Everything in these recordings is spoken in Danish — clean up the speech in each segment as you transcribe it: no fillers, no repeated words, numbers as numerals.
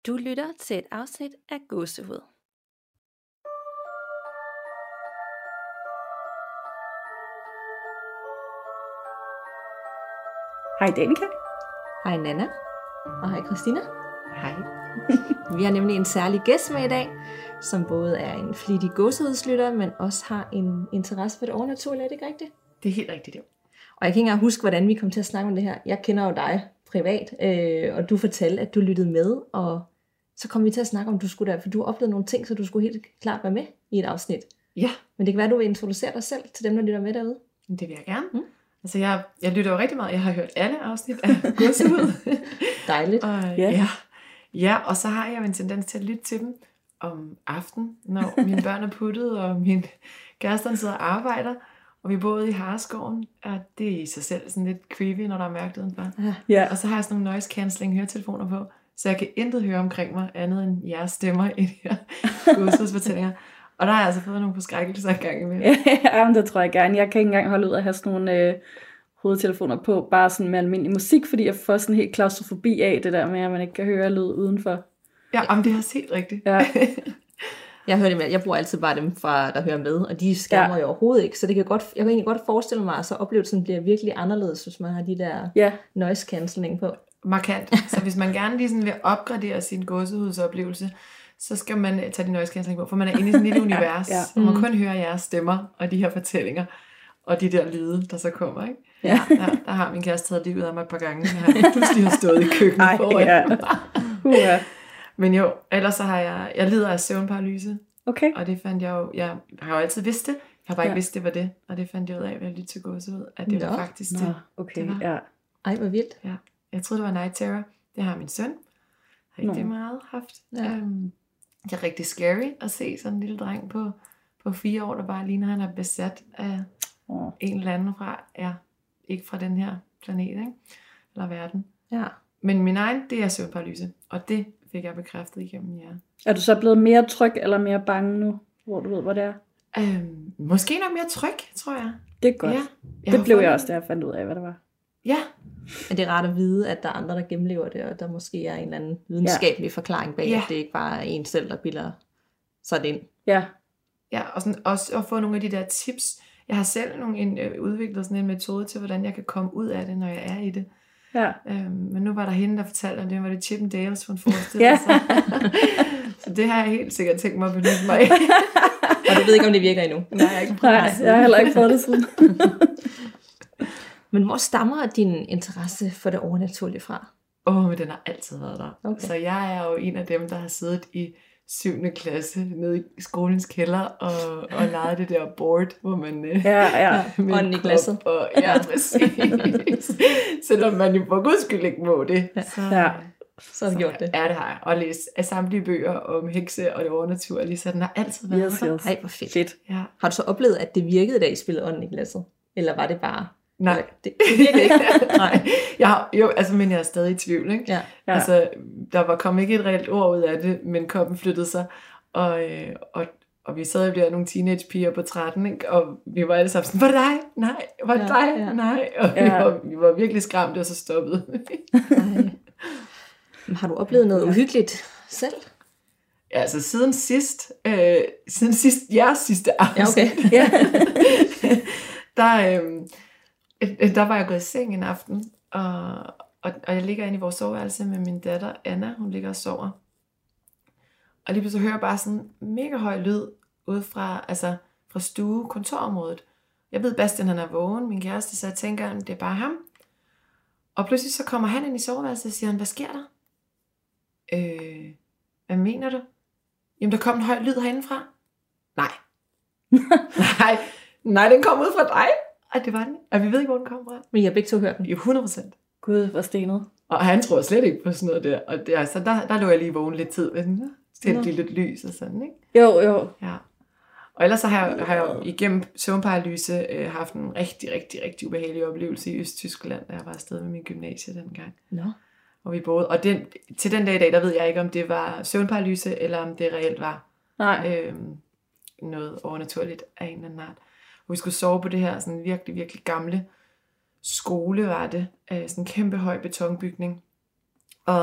Du lytter til et afsnit af Gåsehud. Hej Danika. Hej Nana. Og hej Christina. Hej. Vi har nemlig en særlig gæst med i dag, som både er en flittig gåsehudslytter, men også har en interesse for det overnaturlige, er det ikke rigtigt? Det er helt rigtigt, jo. Og jeg kan ikke engang huske, hvordan vi kom til at snakke om det her. Jeg kender jo dig privat, og du fortalte, at du lyttede med, og så kom vi til at snakke om, du skulle der, for du har oplevet nogle ting, så du skulle helt klart være med i et afsnit. Ja. Men det kan være, du vil introducere dig selv til dem, der lytter med derude. Det vil jeg gerne. Altså, jeg lytter jo rigtig meget. Jeg har hørt alle afsnit af Gåsehud. Dejligt. Og, ja, og så har jeg jo en tendens til at lytte til dem om aftenen, når mine børn er puttet, og min kæreste sidder og arbejder, og vi bor ude i Hareskoven, og det er i sig selv sådan lidt creepy, når der er mørkt udenfor. Ja. Og så har jeg sådan nogle noise cancelling høretelefoner på, så jeg kan intet høre omkring mig, andet end jeres stemmer i de her gåsehudsfortællinger. Og der har jeg altså fået nogle forskrækkelser i gang imellem. Ja, men det tror jeg gerne. Jeg kan ikke engang holde ud at have sådan nogle hovedtelefoner på, bare sådan med almindelig musik, fordi jeg får sådan helt klaustrofobi af det der med, at man ikke kan høre lyd udenfor. Ja, men det er også helt rigtigt. Ja. Jeg hører det med. Jeg bruger altid bare dem, der hører med, og de skærmer jo overhovedet ikke, så det kan jeg kan egentlig godt forestille mig, at så oplevelsen bliver virkelig anderledes, hvis man har de der noise cancelling på. Markant. Så hvis man gerne lige sådan vil opgradere sin gåsehudsoplevelse, så skal man tage de noise cancelling på, for man er inde i sådan et lille univers, og man kun hører jeres stemmer og de her fortællinger, og de der lyde, der så kommer, ikke? Ja. Der har min kæreste taget livet af mig et par gange, når jeg pludselig har stået i køkkenet foran. Ja. Men jo, ellers så har jeg lider af søvnparalyse. Okay. Og det fandt jeg jo, jeg har jo altid vidst det. Jeg har bare ikke vidst, det var det. Og det fandt jeg ud af ved at lytte til Gåsehud, at det var faktisk det. Okay, det var. ja. Ej, hvor vildt. Ja. Jeg troede, det var night terror. Det har min søn rigtig meget haft. Ja. Det er rigtig scary at se sådan en lille dreng på 4 år, der bare ligner, han er besat af en eller anden fra, ikke fra den her planet, ikke? Eller verden. Ja. Men min egen, det er søvnparalyse, og det fik jeg bekræftet igennem jer. Er du så blevet mere tryg eller mere bange nu, hvor du ved, hvad det er? Måske nok mere tryg, tror jeg. Det er godt. Ja, det blev jeg også, da jeg fandt ud af, hvad det var. Ja. Men det er rart at vide, at der er andre, der gennemlever det, og der måske er en eller anden videnskabelig forklaring bag, at det ikke bare er en selv, der bilder sig det ind. Ja. Ja, og sådan også at få nogle af de der tips. Jeg har selv udviklet sådan en metode til, hvordan jeg kan komme ud af det, når jeg er i det. Ja. Men nu var der hende, der fortalte, at det var det Chip 'n Dales, hun forestillede sig. Så det har jeg helt sikkert tænkt mig at benytte mig af. Og du ved ikke, om det virker endnu. Nej, jeg har ikke prøvet det. Jeg har heller ikke fået det siden. Men hvor stammer din interesse for det overnaturlige fra? Men den har altid været der. Okay. Så jeg er jo en af dem, der har siddet i 7. klasse nede i skolens kælder og leget det der board, hvor man ånden i glasset. Ja, præcis. Selvom man jo for guds skyld ikke må det. Så har du gjort det. Ja, det har jeg. Og læst af samtlige bøger om hekse og det overnaturlige, så den har altid været der. Ej, hvor fedt. Ja. Har du så oplevet, at det virkede, da I spillede ånden i glasset? Eller var det bare... Nej. Det virkede ikke. Nej. Men jeg er stadig i tvivl, ikke? Ja. Altså, der kom ikke et reelt ord ud af det, men koppen flyttede sig, og vi sad jo der nogle teenagepiger på 13, ikke? Og vi var alle sammen sådan, var det dig? Nej. Var det dig? Ja. Nej. Og vi var virkelig skræmte, og så stoppede. Har du oplevet noget uhyggeligt selv? Ja, altså siden sidst jeres sidste afsnit, der var jeg gået i seng en aften, og jeg ligger inde i vores soveværelse med min datter Anna, hun ligger og sover. Og lige pludselig hører jeg bare sådan en mega høj lyd ude fra kontorområdet. Jeg ved, Bastian han er vågen, min kæreste, så jeg tænker, at det er bare ham. Og pludselig så kommer han ind i soveværelset og siger, hvad sker der? Hvad mener du? Jamen, der kom en høj lyd herindefra. Nej, den kom ud fra dig. Og det var den. Og vi ved ikke, hvor den kom fra. Men jeg har begge to hørt den. Jo, 100%. Gud, hvor stenet. Og han tror slet ikke på sådan noget der. Og så der lå jeg lige vågen lidt tid ved den. Tændte lidt lys og sådan, ikke? Jo. Ja. Og ellers så har jeg igennem søvnparalyse haft en rigtig, rigtig, rigtig ubehagelig oplevelse i Østtyskland, da jeg var afsted med min gymnasie dengang. Nå. Og vi boede. Og til den dag i dag, der ved jeg ikke, om det var søvnparalyse, eller om det reelt var noget overnaturligt af en eller anden art. Og vi skulle sove på det her sådan virkelig, virkelig gamle skole, var det. Sådan en kæmpe høj betonbygning. Og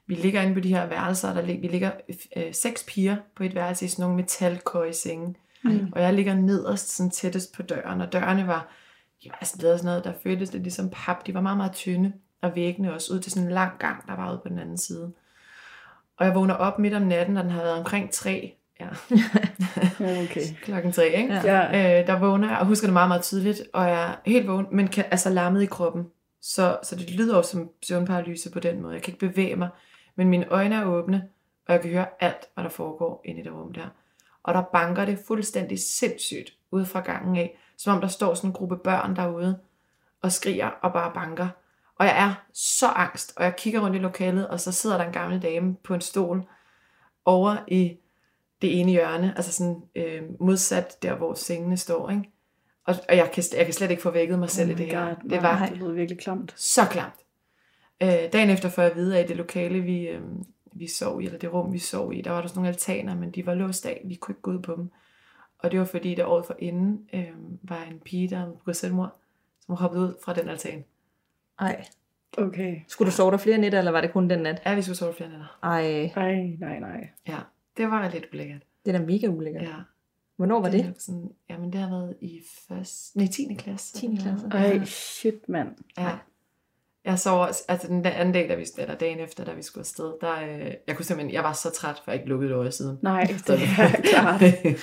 vi ligger inde på de her værelser, vi ligger 6 piger på et værelse i sådan nogle metalkøjesenge. Og jeg ligger nederst sådan tættest på døren, og dørene var sådan noget, der føltes lidt ligesom pap. De var meget, meget tynde, og væggene også ud til sådan en lang gang, der var ude på den anden side. Og jeg vågner op midt om natten, og den har været omkring 3. Ja. Okay. Klokken 3, ikke? Ja. Der vågner jeg, og husker det meget, meget tydeligt, og jeg er helt vågen, men lammet i kroppen. Så det lyder også som søvnparalyse på den måde. Jeg kan ikke bevæge mig, men mine øjne er åbne, og jeg kan høre alt, hvad der foregår inde i det rum der. Og der banker det fuldstændig sindssygt ude fra gangen af, som om der står sådan en gruppe børn derude, og skriger og bare banker. Og jeg er så angst, og jeg kigger rundt i lokalet, og så sidder der en gammel dame på en stol over i det ene hjørne, altså sådan modsat der, hvor sengene står, ikke? Og jeg kan slet ikke få vækket mig selv i det her. Det lød virkelig klamt. Så klamt. Dagen efter får jeg at vide, at det lokale, vi sov i, eller det rum, vi sov i, der var der sådan nogle altaner, men de var låst af. Vi kunne ikke gå ud på dem. Og det var fordi, der året forinden var en pige, der havde begået selvmord, som hoppede ud fra den altan. Ej. Okay. Skulle du sove der flere nætter, eller var det kun den nat? Ja, vi skulle sove flere nætter. Ej. Nej. Ja, det var lidt ulækkert. Det er da mega ulækkert. Ja. Hvornår var det? Sådan, jamen, det har været i 10. klasse. 10. klasse. Ej, shit, mand. Ja. Jeg sov også, altså den anden dag, eller dagen efter, da vi skulle afsted, jeg var så træt, for jeg ikke lukkede et øje siden. Nej, det er klart.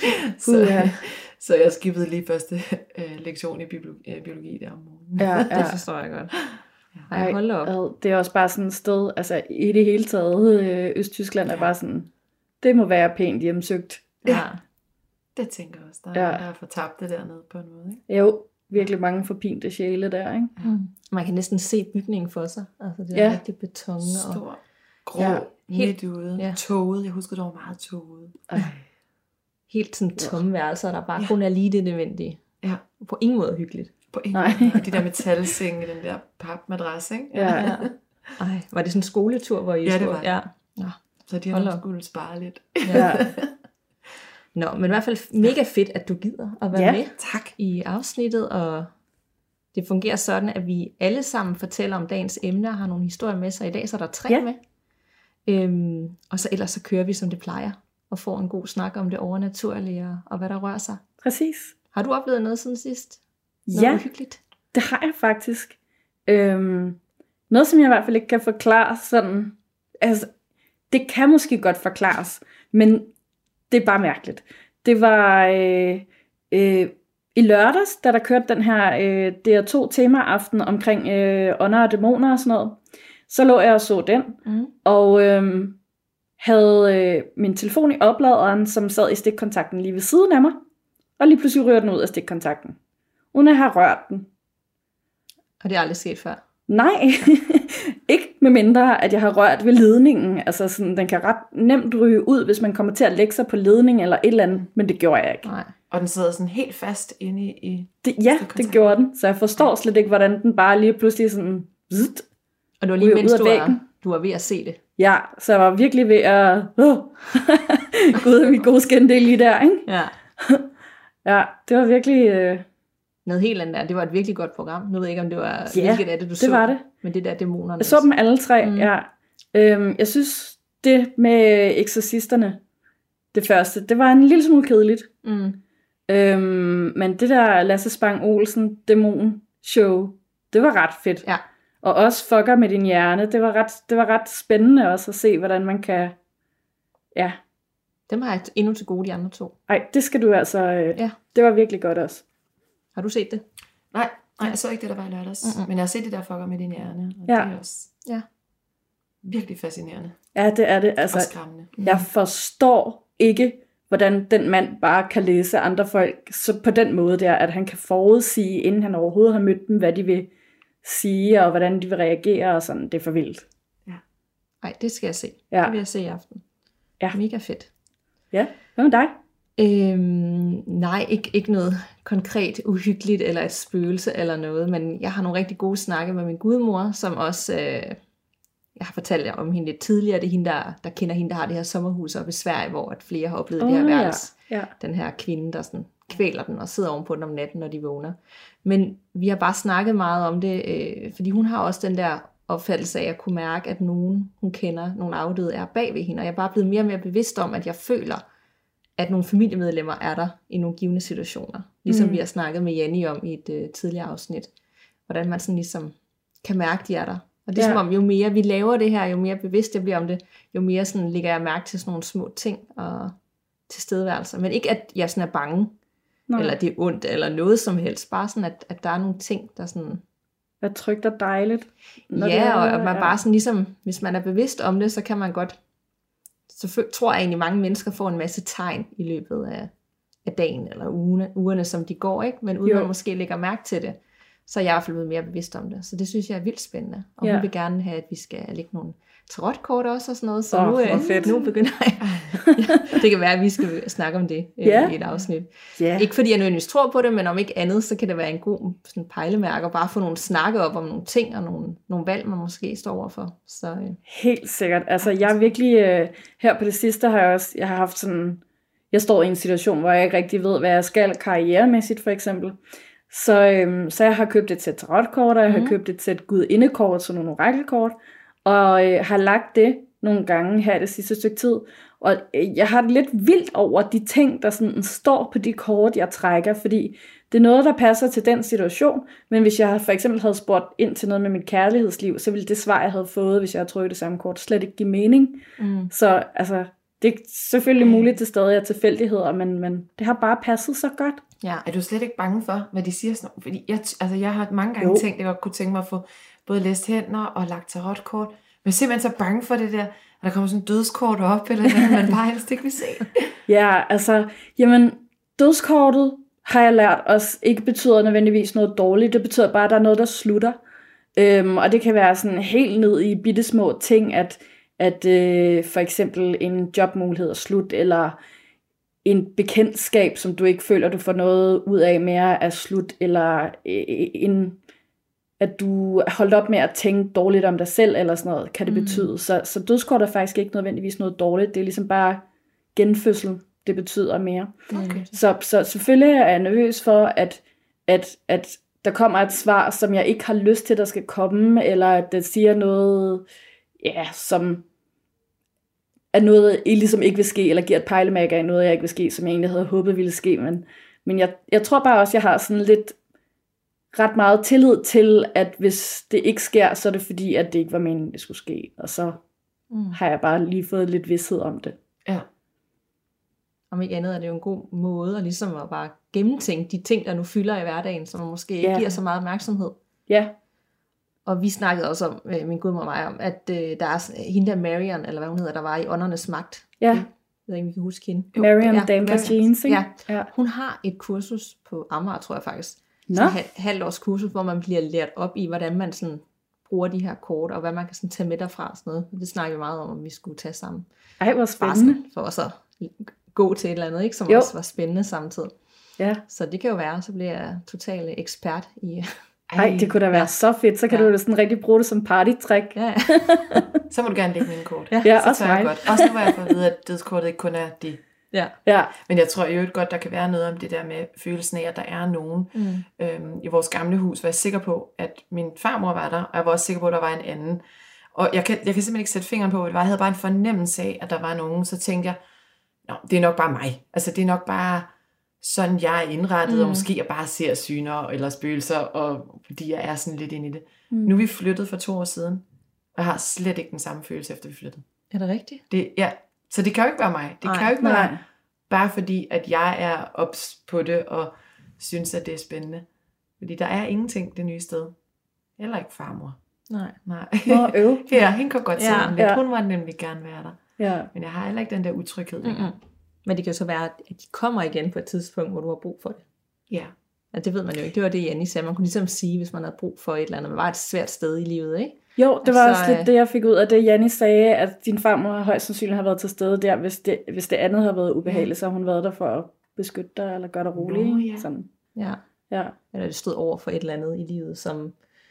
så jeg skippede lige første lektion i biologi der om morgenen. Ja. Det forstår jeg godt. Ej, hold op. Det er også bare sådan et sted, altså i det hele taget, Østtyskland er bare sådan, det må være pænt hjemsøgt. Ja. Det tænker jeg også. Der er fortabt det dernede på en måde, ikke? Jo, virkelig mange forpinte sjæle der, ikke? Man kan næsten se bygningen for sig. Altså det er rigtig beton. Stor, grå, helt ude. Ja. Toget. Jeg husker, det var meget toget. Helt sådan tomme værelser, der bare kun er lige det nødvendige. Ja. På ingen måde hyggeligt. På ingen måde. Og de der metalsenge, den der papmadras, ikke? Ja. Ej, var det sådan en skoletur, hvor I det var det. Ja. Så de har skulle spare lidt. Ja. Nå, men i hvert fald mega fedt, at du gider at være med i afsnittet, og det fungerer sådan, at vi alle sammen fortæller om dagens emner, har nogle historier med, så i dag så er der 3 med. Og så ellers så kører vi, som det plejer, og får en god snak om det overnaturlige, og hvad der rører sig. Præcis. Har du oplevet noget siden sidst? Noget uhyggeligt? Det har jeg faktisk. Noget, som jeg i hvert fald ikke kan forklare sådan, altså, det kan måske godt forklares, men det er bare mærkeligt. Det var i lørdags, da der kørte den her DR2 temaaften omkring ånder og dæmoner og sådan noget. Så lå jeg og så den, og havde min telefon i opladeren, som sad i stikkontakten lige ved siden af mig, og lige pludselig rørte den ud af stikkontakten, uden at have rørt den. Og det er aldrig sket før? Nej, ikke med mindre, at jeg har rørt ved ledningen. Altså sådan, den kan ret nemt ryge ud, hvis man kommer til at lægge sig på ledning eller et eller andet, men det gjorde jeg ikke. Nej. Og den sidder sådan helt fast inde i det gjorde den, så jeg forstår slet ikke, hvordan den bare lige pludselig sådan... Og det var lige mens du var ved at se det? Ja, så jeg var virkelig ved at... Gud, min gode skændel lige der, ikke? Ja. Ja, det var virkelig... Noget helt andet der. Det var et virkelig godt program. Nu ved jeg ikke, om det var hvilket af det, du så. Det var det. Men det der dæmonerne. Jeg så dem alle 3, ja. Jeg synes, det med eksorcisterne, det første, det var en lille smule kedeligt. Men det der Lasse Spang Olsen dæmon show, det var ret fedt. Ja. Og også Fucker med din hjerne, det var ret spændende også at se, hvordan man kan... Ja. Dem har jeg endnu til gode, de andre 2. Ej, det skal du altså... Det var virkelig godt også. Har du set det? Nej, jeg så ikke det, der var i lørdags. Men jeg har set det der Fucker med din hjerne. Og det er også virkelig fascinerende. Ja, det er det. Altså, og skræmmende. Jeg forstår ikke, hvordan den mand bare kan læse andre folk så på den måde der, at han kan forudsige, inden han overhovedet har mødt dem, hvad de vil sige, og hvordan de vil reagere, og sådan. Det er for vildt. Ja. Ej, det skal jeg se. Ja. Det vil jeg se i aften. Ja. Mega fedt. Ja, hvad med dig? Nej, ikke noget konkret uhyggeligt, eller et spøgelse eller noget, men jeg har nogle rigtig gode snakke med min gudmor, som også, jeg har fortalt jer om hende lidt tidligere, det er hende, der kender hende, der har det her sommerhus oppe i Sverige, hvor at flere har oplevet det her værelse. Ja. Den her kvinde, der sådan kvæler den og sidder ovenpå den om natten, når de vågner. Men vi har bare snakket meget om det, fordi hun har også den der opfattelse af at kunne mærke, at nogen, hun kender, nogle afdøde, er bag ved hende. Og jeg er bare blevet mere og mere bevidst om, at jeg føler, at nogle familiemedlemmer er der i nogle givne situationer. Ligesom vi har snakket med Janni om i et tidligere afsnit. Hvordan man sådan ligesom kan mærke, de er der. Og det er som om, jo mere vi laver det her, jo mere bevidst jeg bliver om det, jo mere sådan lægger jeg mærke til sådan nogle små ting og tilstedeværelser. Men ikke, at jeg sådan er bange, eller det er ondt, eller noget som helst. Bare sådan, at der er nogle ting, der sådan... er trygt og dejligt. Og man bare sådan ligesom, hvis man er bevidst om det, så kan man godt... Så tror jeg egentlig, mange mennesker får en masse tegn i løbet af dagen, eller ugerne, som de går, ikke? Men uden at man måske lægger mærke til det, så er jeg i hvert fald blevet mere bevidst om det. Så det synes jeg er vildt spændende. Og hun vil gerne have, at vi skal lægge nogle tarotkort også og sådan noget. Så nu begynder jeg. Det kan være, at vi skal snakke om det i et afsnit. Ikke fordi jeg nødvendigvis tror på det, men om ikke andet, så kan det være en god sådan, pejlemærke at bare få nogle snakke op om nogle ting og nogle valg, man måske står overfor. Så, Helt sikkert. Altså jeg er virkelig, her på det sidste jeg har haft sådan, jeg står i en situation, hvor jeg ikke rigtig ved, hvad jeg skal karrieremæssigt for eksempel. Så jeg har købt et sæt tarotkort, og jeg har købt et sæt gudindekort, sådan nogle orakelkort, og har lagt det nogle gange her det sidste stykke tid. Og jeg har det lidt vildt over de ting, der sådan står på de kort, jeg trækker, fordi det er noget, der passer til den situation, men hvis jeg for eksempel havde spurgt ind til noget med mit kærlighedsliv, så ville det svar, jeg havde fået, hvis jeg havde trykket det samme kort, slet ikke give mening. Så altså, det er selvfølgelig muligt, det stadig er tilfældigheder, men det har bare passet så godt. Ja. Er du slet ikke bange for, hvad de siger? Fordi jeg har mange gange tænkt, at jeg godt kunne tænke mig at få både læst hænder og lagt tarotkort. Men jeg er simpelthen så bange for det der, at der kommer sådan en dødskort op, eller noget, man bare helst ikke vil se. Ja, altså, jamen, dødskortet har jeg lært os ikke betyder nødvendigvis noget dårligt. Det betyder bare, at der er noget, der slutter. Og det kan være sådan helt ned i bittesmå ting, at for eksempel en jobmulighed er slut, eller en bekendtskab, som du ikke føler, du får noget ud af mere, er slut, eller at du er holdt op med at tænke dårligt om dig selv, eller sådan noget, kan det betyde. Så dødskort er faktisk ikke nødvendigvis noget dårligt, det er ligesom bare genfødsel, det betyder mere. Okay. Så selvfølgelig er jeg nervøs for, at der kommer et svar, som jeg ikke har lyst til, der skal komme, eller at det siger noget, som er noget, I ligesom ikke vil ske, eller giver et pejlemærke af noget, jeg ikke vil ske, som jeg egentlig havde håbet ville ske. Men jeg tror bare også, jeg har sådan lidt ret meget tillid til, at hvis det ikke sker, så er det fordi, at det ikke var meningen, det skulle ske. Og så har jeg bare lige fået lidt vidsthed om det. Ja. Om ikke andet er det jo en god måde at ligesom at bare gennemtænke de ting, der nu fylder i hverdagen, som man måske ikke giver så meget opmærksomhed. Ja. Og vi snakkede også om, min gudmor og mig, om, at der er hende der Marion, eller hvad hun hedder, der var i Åndernes Magt. Ja. Jeg ved ikke, vi kan huske hende. Marion Damper Jeans, ikke? Ja. Hun har et kursus på Amager, tror jeg faktisk. Nå. Sådan et halvt kursus, hvor man bliver lært op i, hvordan man sådan bruger de her kort, og hvad man kan sådan tage med derfra og sådan noget. Det snakker vi meget om vi skulle tage sammen. Ej, hvor spændende. For også at gå til et eller andet, ikke? Som også var spændende samtidig. Ja. Så det kan jo være, så bliver jeg total ekspert i... Ej, det kunne da være så fedt. Så kan du jo sådan rigtig bruge det som partytræk. Ja. Så må du gerne lægge mine kort. Ja, så også tør jeg mig. godt. Også nu hvor jeg får at vide, at dødskortet ikke kun er de. Ja. Men jeg tror jo godt, der kan være noget om det der med følelsen af, at der er nogen. I vores gamle hus var jeg sikker på, at min farmor var der, og jeg var også sikker på, at der var en anden. Og jeg kan simpelthen ikke sætte fingeren på, hvad det var. Jeg havde bare en fornemmelse af, at der var nogen. Så tænkte jeg, det er nok bare mig. Altså det er nok bare sådan, jeg er indrettet, og måske jeg bare ser syner eller spøgelser, og fordi jeg er sådan lidt inde i det. Nu er vi flyttet for 2 år siden, og jeg har slet ikke den samme følelse, efter vi flyttede. Er det rigtigt? Så det kan jo ikke være mig. Det kan jo ikke være bare fordi, at jeg er ops på det, og synes, at det er spændende. Fordi der er ingenting det nye sted. Heller ikke farmor. Nej. Ja, hende kan godt se lidt. Hun må nemlig gerne være der. Ja. Men jeg har heller ikke den der utryghed. Men det kan jo så være, at de kommer igen på et tidspunkt, hvor du har brug for det. Ja. Ja, det ved man jo ikke. Det var det, Janni sagde. Man kunne ligesom sige, hvis man havde brug for et eller andet. Man var et svært sted i livet, ikke? Jo, det var også lidt det, jeg fik ud af det. Janni sagde, at din farmor højst sandsynligt har været til stede der. Hvis det andet har været ubehageligt, så har hun været der for at beskytte dig, eller gøre dig rolig. Sådan. Ja. Eller det stod over for et eller andet i livet, som...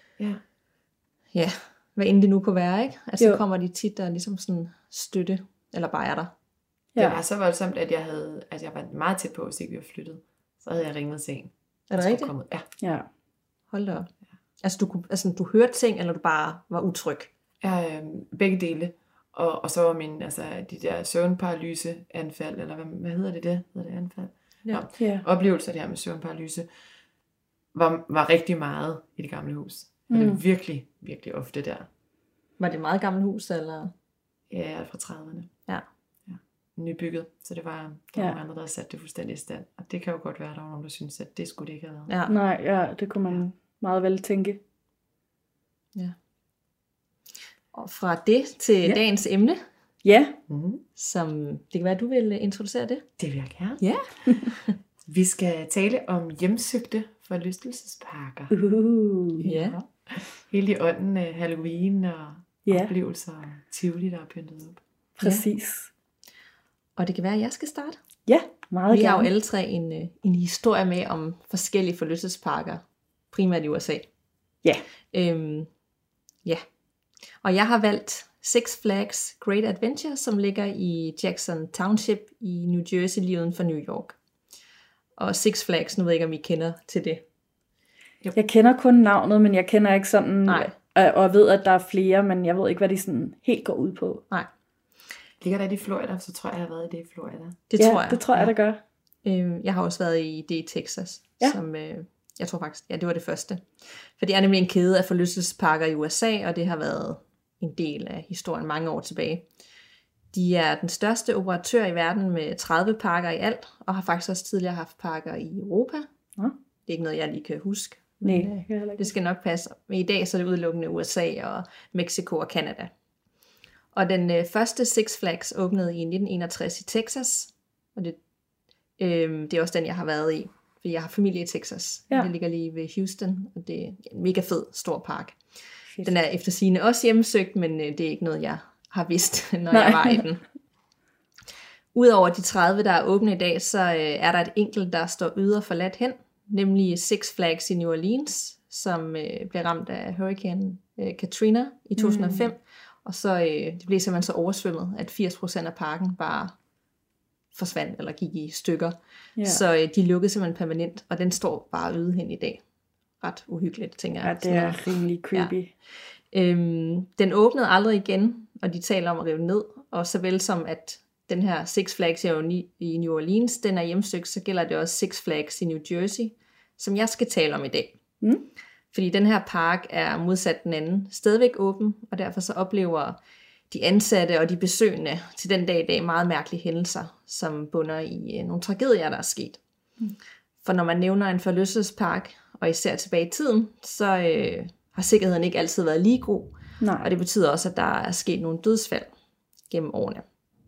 Ja, hvad end det nu kunne være, ikke? Altså, så kommer de tit der ligesom sådan støtte, eller bare er der. Det var så voldsomt, at jeg var meget tæt på, hvis ikke vi var flyttet. Så havde jeg ringet til en. Er det rigtigt? Ja. Hold da op. Altså, du hørte ting, eller du bare var utryg? Begge dele. Og så var min, de der søvnparalyseanfald, eller hvad hedder det? Hedder det anfald? Ja. Ja. Oplevelser der med søvnparalyse var rigtig meget i det gamle hus. Og det er virkelig, virkelig ofte der. Var det et meget gammelt hus, eller? Ja, fra 30'erne. Ja. Nybygget. Så det var nogle andre, der havde sat det fuldstændig i stand. Og det kan jo godt være, der var nogen, der synes, at det skulle det ikke have været. Ja. Nej, ja, det kunne man meget vel tænke. Ja. Og fra det til dagens emne, Ja. som det kan være, du vil introducere det? Det vil jeg gerne. Ja. Vi skal tale om hjemsøgte forlystelsesparker. Ja. Hele i ånden af Halloween og oplevelser og Tivoli, der er pyntet op. Præcis. Og det kan være, at jeg skal starte. Ja, meget Vi har jo gerne. alle tre en historie med om forskellige forlystelsesparker, primært i USA. Ja. Ja. Og jeg har valgt Six Flags Great Adventure, som ligger i Jackson Township i New Jersey, lige uden for New York. Og Six Flags, nu ved jeg ikke, om I kender til det. Jeg kender kun navnet, men jeg kender ikke sådan, Nej. og ved, at der er flere, men jeg ved ikke, hvad de sådan helt går ud på. Nej, Ligger der i Florida, så tror jeg har været i det i Florida. det Ja, tror jeg. det tror jeg, der gør. Jeg har også været i det i Texas, Ja. som jeg tror faktisk, det var det første. For det er nemlig en kæde af forlystelsesparker i USA, og det har været en del af historien mange år tilbage. De er den største operatør i verden med 30 parker i alt, og har faktisk også tidligere haft parker i Europa. Nå. Det er ikke noget, jeg lige kan huske. Nej, Men, det kan jeg heller ikke. det skal nok passe. Men i dag så er det udelukkende USA og Mexico og Canada. Og den første Six Flags åbnede i 1961 i Texas. Og det er også den, jeg har været i. Fordi jeg har familie i Texas. Ja. Det ligger lige ved Houston, og det er en mega fed, stor park. Fedt. Den er efter sigende også hjemmesøgt, men det er ikke noget, jeg har vidst, når Nej. jeg var i den. Udover de 30, der er åbne i dag, så er der et enkelt, der står ydre forladt hen, nemlig Six Flags i New Orleans, som blev ramt af Hurricane Katrina i 2005. Og så det blev simpelthen så oversvømmet, at 80% af parken bare forsvandt eller gik i stykker. Ja. Så de lukkede simpelthen permanent, og den står bare øde hen i dag. Ret uhyggeligt, tænker jeg. Ja, det er rimelig creepy. Den åbnede aldrig igen, og de taler om at rive ned, og såvel som at den her Six Flags i New Orleans, den er hjemsøgt, så gælder det også Six Flags i New Jersey, som jeg skal tale om i dag. Fordi den her park er modsat den anden stadigvæk åben, og derfor så oplever de ansatte og de besøgende til den dag i dag meget mærkelige hændelser, som bunder i nogle tragedier, der er sket. For når man nævner en forlystelsespark, og især tilbage i tiden, så har sikkerheden ikke altid været lige god. Nej. Og det betyder også, at der er sket nogle dødsfald gennem årene.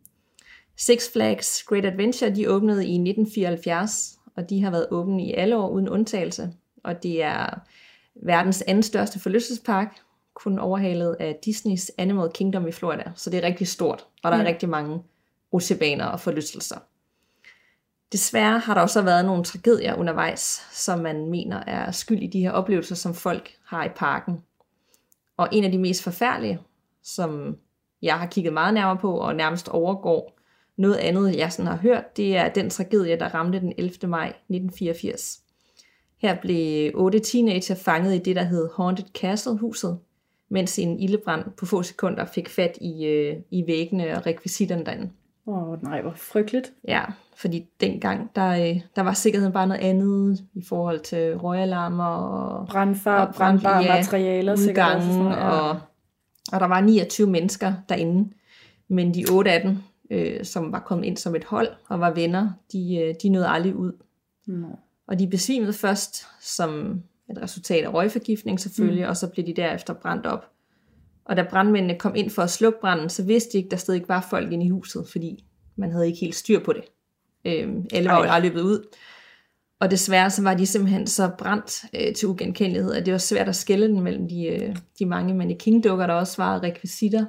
Six Flags Great Adventure, de åbnede i 1974, og de har været åbne i alle år uden undtagelse. Og det er verdens anden største forlystelsespark, kun overhalet af Disneys Animal Kingdom i Florida. Så det er rigtig stort, og der er rigtig mange rutsjebaner og forlystelser. Desværre har der også været nogle tragedier undervejs, som man mener er skyld i de her oplevelser, som folk har i parken. Og en af de mest forfærdelige, som jeg har kigget meget nærmere på, og nærmest overgår noget andet, jeg sådan har hørt, det er den tragedie, der ramte den 11. maj 1984. Her blev 8 teenager fanget i det, der hed Haunted Castle-huset, mens en ildebrand på få sekunder fik fat i væggene og rekvisitterne derinde. Nej, hvor frygteligt. Ja, fordi dengang, der var sikkerheden bare noget andet i forhold til røgalarmer og Brandbare materialer. udgangen, og der var 29 mennesker derinde, men de 8 af dem, som var kommet ind som et hold og var venner, de nåede aldrig ud. No. Og de besvimede først som et resultat af røgforgiftning selvfølgelig, og så blev de derefter brændt op. Og da brandmændene kom ind for at slukke branden, så vidste de ikke, der stadig var folk inde i huset, fordi man havde ikke helt styr på det. Alle var jo aldrig løbet ud. Og desværre så var de simpelthen så brændt til ugenkendelighed, at det var svært at skelne den mellem de mange mannequin-dukker, der også var rekvisitter,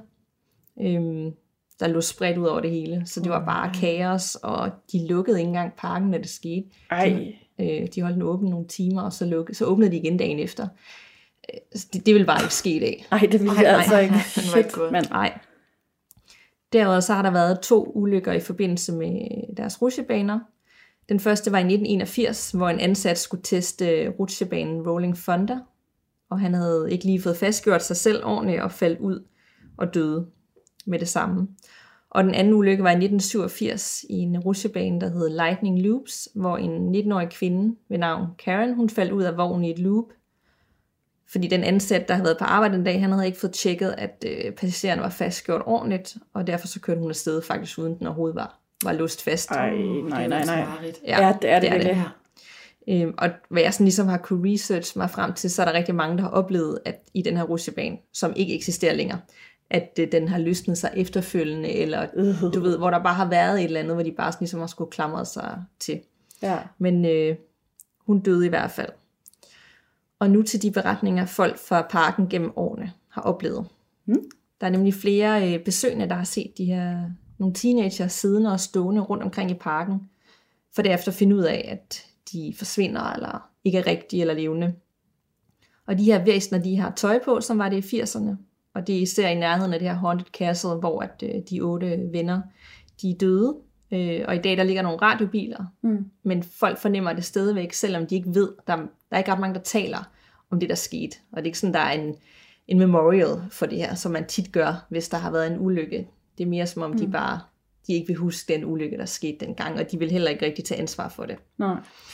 der lå spredt ud over det hele. Så det var bare kaos, og de lukkede ikke engang parken, når det skete. De holdt den åben nogle timer, og så åbnede de igen dagen efter. Det ville bare ikke ske i dag. Ej, det ville jeg altså ikke. Nej. Derudover så har der været 2 ulykker i forbindelse med deres rutsjebaner. Den første var i 1981, hvor en ansat skulle teste rutsjebanen Rolling Thunder. og han havde ikke lige fået fastgjort sig selv ordentligt og faldt ud og døde med det samme. Og den anden ulykke var i 1987 i en rutsjebane, der hed Lightning Loops, hvor en 19-årig kvinde ved navn Karen, hun faldt ud af vognen i et loop, fordi den ansatte, der havde været på arbejde den dag, han havde ikke fået tjekket, at passagererne var fastgjort ordentligt, og derfor så kørte hun afsted faktisk uden den overhovedet var låst fast. Ej, nej. Ja, det er det. Og hvad jeg sådan ligesom har kunne research mig frem til, så er der rigtig mange, der har oplevet, at i den her rutsjebane, som ikke eksisterer længere, at den har løsnet sig efterfølgende, eller du ved, hvor der bare har været et eller andet, hvor de bare sådan ligesom har skulle klamre sig til. Ja. Men hun døde i hvert fald. Og nu til de beretninger, folk fra parken gennem årene har oplevet. Der er nemlig flere besøgende, der har set de her nogle teenager siddende og stående rundt omkring i parken, for derefter at finde ud af, at de forsvinder, eller ikke er rigtige eller levende. Og de her væsener, de har tøj på, som var det i 80'erne. Og det er især i nærheden af det her Haunted Castle, hvor at, de 8 venner, de er døde. Og i dag, der ligger nogle radiobiler. Men folk fornemmer det stadigvæk, selvom de ikke ved. Der er ikke ret mange, der taler om det, der skete. Og det er ikke sådan, der er en memorial for det her, som man tit gør, hvis der har været en ulykke. Det er mere som om, de ikke vil huske den ulykke, der skete dengang, og de vil heller ikke rigtig tage ansvar for det. Nej.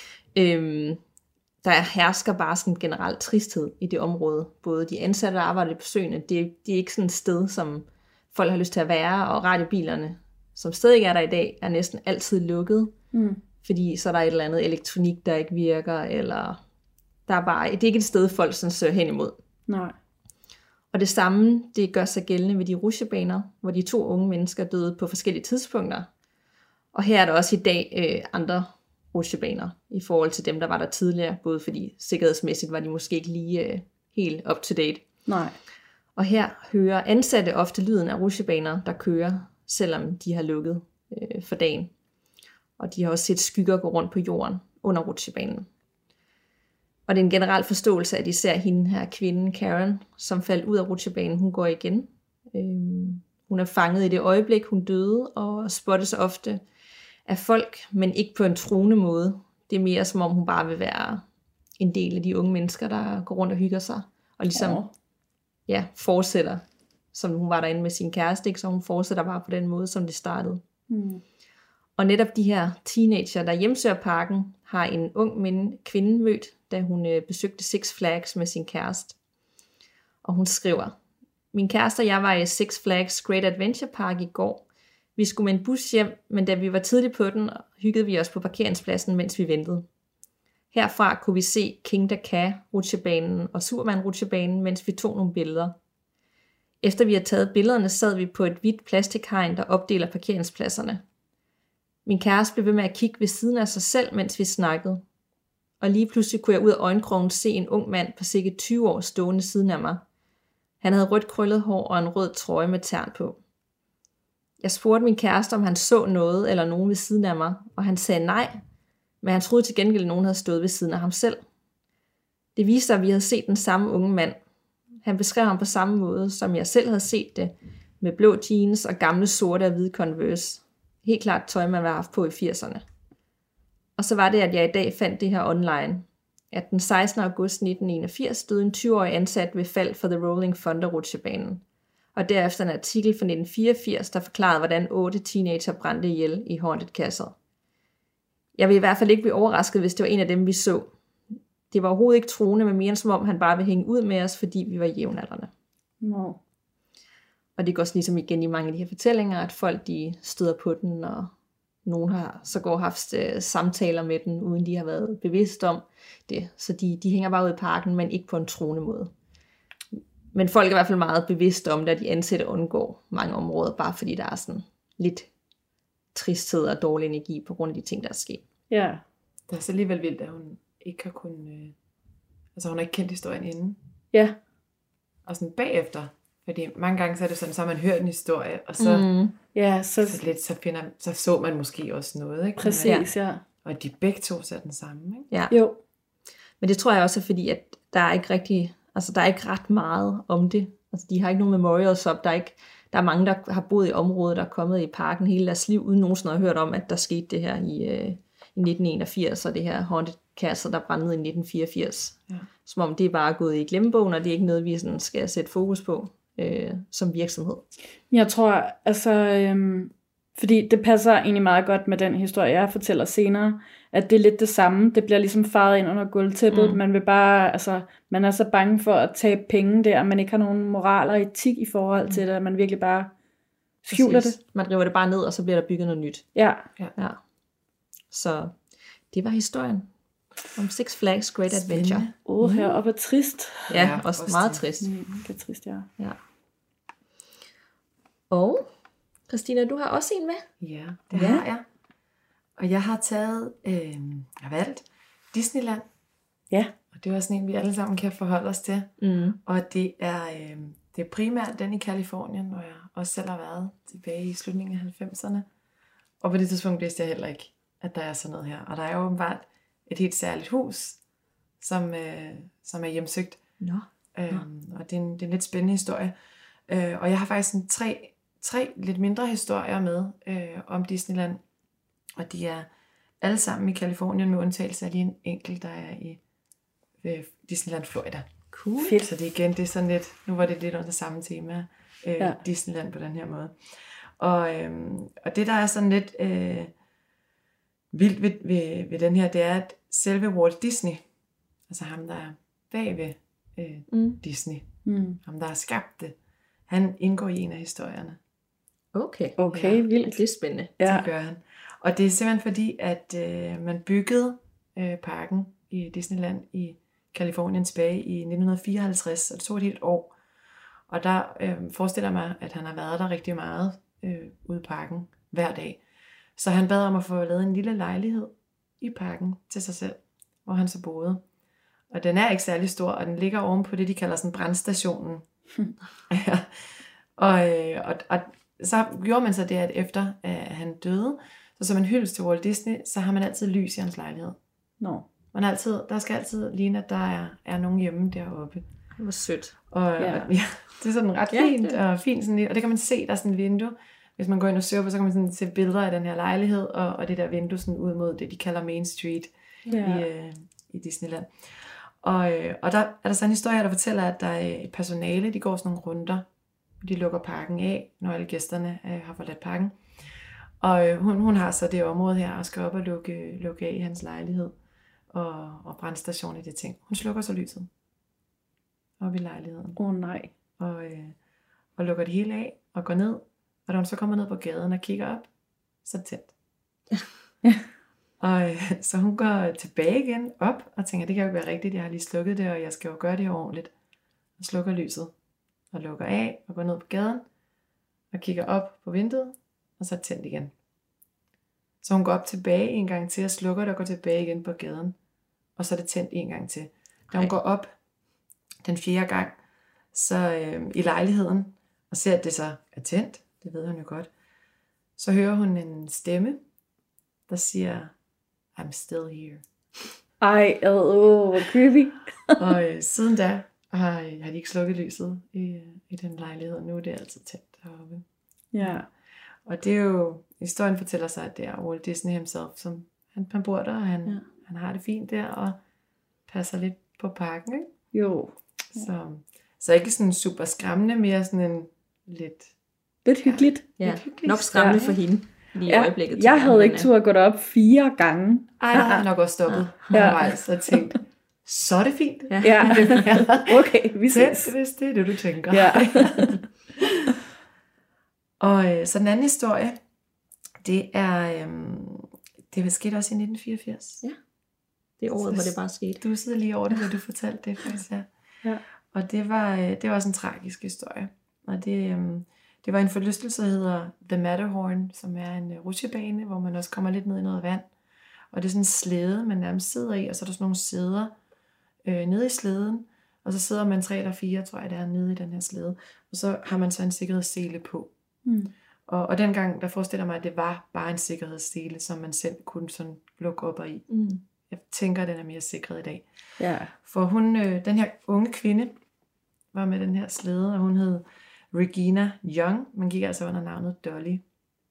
Der hersker bare sådan en generel tristhed i det område. Både de ansatte og arbejder på søerne. Det er ikke sådan et sted, som folk har lyst til at være, og radiobilerne, som stadig er der i dag, er næsten altid lukket. Fordi så er der et eller andet elektronik, der ikke virker, eller det er ikke et sted, folk sådan søger hen imod. Nej. Og det samme, det gør sig gældende ved de rutsjebaner, hvor de 2 unge mennesker døde på forskellige tidspunkter. Og her er der også i dag andre rutsjebaner i forhold til dem, der var der tidligere, både fordi sikkerhedsmæssigt var de måske ikke lige helt up to date. Nej. Og her hører ansatte ofte lyden af rutsjebaner, der kører, selvom de har lukket for dagen. Og de har også set skygger gå rundt på jorden under rutsjebanen. Og det er en generel forståelse, at især hende her kvinde, Karen, som faldt ud af rutsjebanen, hun går igen. Hun er fanget i det øjeblik, hun døde, og spottes ofte af folk, men ikke på en truende måde. Det er mere som om, hun bare vil være en del af de unge mennesker, der går rundt og hygger sig. Og ligesom fortsætter, som hun var derinde med sin kæreste, ikke? Så hun fortsætter bare på den måde, som det startede. Og netop de her teenager, der hjemsøger parken, har en ung kvinde mødt, da hun besøgte Six Flags med sin kæreste. Og hun skriver: "Min kæreste og jeg var i Six Flags Great Adventure Park i går. Vi skulle med en bus hjem, men da vi var tidligt på den, hyggede vi os på parkeringspladsen, mens vi ventede. Herfra kunne vi se King Daka rutsjebanen og Superman rutsjebanen, mens vi tog nogle billeder. Efter vi havde taget billederne, sad vi på et hvidt plastikhegn, der opdeler parkeringspladserne. Min kæreste blev ved med at kigge ved siden af sig selv, mens vi snakkede. Og lige pludselig kunne jeg ud af øjenkrogen se en ung mand på cirka 20 år stående siden af mig. Han havde rødt krøllet hår og en rød trøje med tern på. Jeg spurgte min kæreste, om han så noget eller nogen ved siden af mig, og han sagde nej, men han troede til gengæld, at nogen havde stået ved siden af ham selv. Det viste sig, at vi havde set den samme unge mand. Han beskrev ham på samme måde, som jeg selv havde set det, med blå jeans og gamle sorte og hvide Converse. Helt klart tøj, man var haft på i 80'erne. Og så var det, at jeg i dag fandt det her online. At den 16. august 1981 døde en 20-årig ansat ved fald for The Rolling Thunder rutsjebanen. Og derefter en artikel fra 1984, der forklarede, hvordan 8 teenager brændte ihjel i Haunted Castle. Jeg vil i hvert fald ikke blive overrasket, hvis det var en af dem, vi så. Det var overhovedet ikke truende, men mere som om han bare ville hænge ud med os, fordi vi var jævnaldrende. No. Og det går sådan ligesom igen i mange af de her fortællinger, at folk de støder på den, og nogen har så går haft samtaler med den, uden de har været bevidst om det. Så de hænger bare ud i parken, men ikke på en truende måde. Men folk er i hvert fald meget bevidste om det, at de ansatte undgår mange områder, bare fordi der er sådan lidt tristhed og dårlig energi på grund af de ting, der er sket. Ja. Det er så alligevel vildt, at hun ikke har kunnet... Altså hun har ikke kendt historien inden. Ja. Og sådan bagefter. Fordi mange gange så er det sådan, så har man hørt en historie, og så, Ja, så så man måske også noget. Ikke? Præcis, ja. Og de begge to ser den samme. Ikke? Ja. Jo. Men det tror jeg også er fordi, at der er ikke rigtig... Altså, der er ikke ret meget om det. Altså, de har ikke nogen memorials op. Der er mange, der har boet i området, der er kommet i parken hele deres liv, uden nogensinde at have hørt om, at der skete det her i 1981, og det her Haunted Castle, der brændede i 1984. Ja. som om det er bare gået i glemmebogen, og det er ikke noget, vi sådan skal sætte fokus på som virksomhed. Jeg tror, altså, fordi det passer egentlig meget godt med den historie, jeg fortæller senere, at det er lidt det samme. Det bliver ligesom faret ind under gulvtæppet. Man vil bare, altså, man er så bange for at tabe penge der, man ikke har nogen moral og etik i forhold til det, at man virkelig bare skjuler det. Man river det bare ned, og så bliver der bygget noget nyt. Ja. Så det var historien om Six Flags Great Adventure. Heroppe er trist. Ja, også meget trist. Det er trist, ja. Og Christina, du har også en med? Ja, det har jeg. Og jeg har taget, jeg har valgt Disneyland. Ja. Og det er også en, vi alle sammen kan forholde os til. Og det er primært den i Californien, hvor jeg også selv har været tilbage i slutningen af 90'erne. Og på det tidspunkt vidste jeg heller ikke, at der er sådan noget her. Og der er jo åbenbart et helt særligt hus, som er hjemsøgt. Og det er en lidt spændende historie. Og jeg har faktisk tre lidt mindre historier med om Disneyland. Og de er alle sammen i Californien, med undtagelse af lige en enkelt, der er i Disneyland Florida. Cool. Fedt. Så det igen, det er sådan lidt, nu var det lidt under samme tema, Disneyland på den her måde. Og det, der er sådan lidt vildt ved den her, det er, at selve Walt Disney, altså ham, der er bag ved Disney, ham, der har skabt det, han indgår i en af historierne. Okay, vildt. Det er spændende. Ja. Det gør han. Og det er simpelthen fordi, at man byggede parken i Disneyland i Californien tilbage i 1954, og det tog et helt år. Og der forestiller mig, at han har været der rigtig meget ude i parken hver dag. Så han bad om at få lavet en lille lejlighed i parken til sig selv, hvor han så boede. Og den er ikke særlig stor, og den ligger oven på det, de kalder sådan brandstationen. Og så gjorde man så det, at efter at han døde, så som en hyldest til Walt Disney, så har man altid lys i hans lejlighed. Der skal altid ligne, at der er nogen hjemme deroppe. Det var sødt. Og det er sådan ret fint, og fint sådan lidt, og det kan man se, der er sådan et vindue. Hvis man går ind og søger på, så kan man sådan se billeder af den her lejlighed, og det der vindue sådan ud mod det, de kalder Main Street i Disneyland. Og der er der så en historie, der fortæller, at der er et personale, de går sådan nogle runder, de lukker parken af, når alle gæsterne har forladt parken. Og hun har så det område her, og skal op og lukke af i hans lejlighed, og brandstationen i det ting. Hun slukker så lyset op i lejligheden. Nej. Og lukker det hele af, og går ned. Og da hun så kommer ned på gaden og kigger op, så er det tændt. Og så hun går tilbage igen op, og tænker, det kan jo ikke være rigtigt, jeg har lige slukket det, og jeg skal jo gøre det ordentligt. Og slukker lyset, og lukker af, og går ned på gaden, og kigger op på vinduet, og så er det tændt igen. Så hun går op tilbage en gang til, og slukker det, og går tilbage igen på gaden. Og så er det tændt en gang til. Da hun går op den 4. gang, så i lejligheden, og ser, at det så er tændt, det ved hun jo godt, så hører hun en stemme, der siger, I'm still here. Ej, hvor creepy. Og siden da har de ikke slukket lyset i den lejlighed, nu er det altid tændt deroppe. Ja. Og det er jo, historien fortæller sig, at det er Walt Disney himself, som han bor der, og han har det fint der, og passer lidt på parken, ikke? Jo. Så ikke sådan super skræmmende, mere sådan en lidt hyggeligt. Ja, lidt hyggeligt. nok skræmmende for hende lige i øjeblikket. Jeg havde ikke tur at gå derop 4 gange. Ej, der har jeg nok også stoppet. Så jeg tænkte, så er det fint. Ja. Okay, vi ses. Hvis det er det, du tænker. Ja. Og så den anden historie, det er, det skete også i 1984. Ja, det er året, hvor det bare skete. Du sidder lige over det, da du fortalte det faktisk, ja. Og det var også en tragisk historie. Og det var en forlystelse, der hedder The Matterhorn, som er en rutsjebane, hvor man også kommer lidt ned i noget vand. Og det er sådan en slæde, man nærmest sidder i, og så er der sådan nogle sæder nede i slæden. Og så sidder man 3 eller 4, tror jeg det er, nede i den her slæde. Og så har man så en sikkerhedssele på. Og dengang, der forestiller mig, at det var bare en sikkerhedssele, som man selv kunne sådan lukke op og i. Jeg tænker, at den er mere sikret i dag. Ja. For den her unge kvinde, var med den her slæde, og hun hed Regina Young. Man gik altså under navnet Dolly.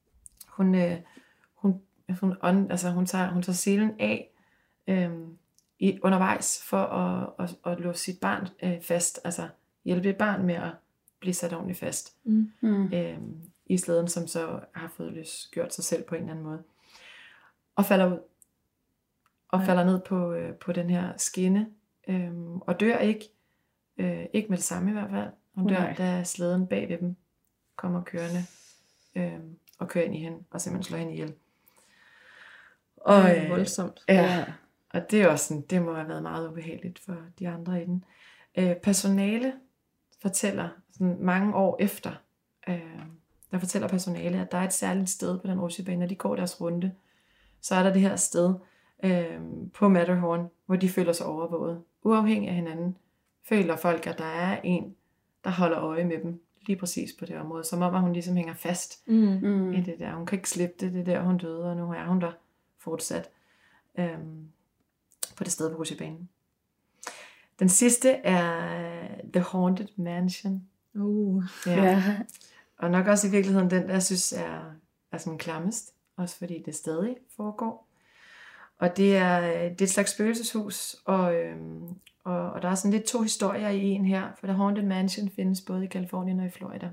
Hun tager selen af undervejs for at låse sit barn fast, altså hjælpe et barn med at blive sat ordentligt fast i slæden, som så har fået løsgjort sig selv på en eller anden måde. Og falder ud. Og falder ned på den her skinne. Og dør ikke. Ikke med det samme i hvert fald. Hun dør, da slæden bag ved dem kommer kørende og kører ind i hende, og simpelthen slår hende ihjel. Og, voldsomt. Ja, og det er også sådan, det må have været meget ubehageligt for de andre i den. Personale fortæller, sådan mange år efter, der fortæller personale, at der er et særligt sted på den rutsjebane, når de går deres runde, så er der det her sted på Matterhorn, hvor de føler sig overvåget. Uafhængig af hinanden føler folk, at der er en, der holder øje med dem, lige præcis på det område, som om at hun ligesom hænger fast i det der. Hun kan ikke slippe det, det er der hun døde, og nu er hun der fortsat på det sted på rutsjebanen. Den sidste er The Haunted Mansion. Ja. Og nok også i virkeligheden den, der jeg synes er sådan klammest, også fordi det stadig foregår. Og det er et slags spøgelseshus, og der er sådan lidt 2 historier i en her, for The Haunted Mansion findes både i Californien og i Florida.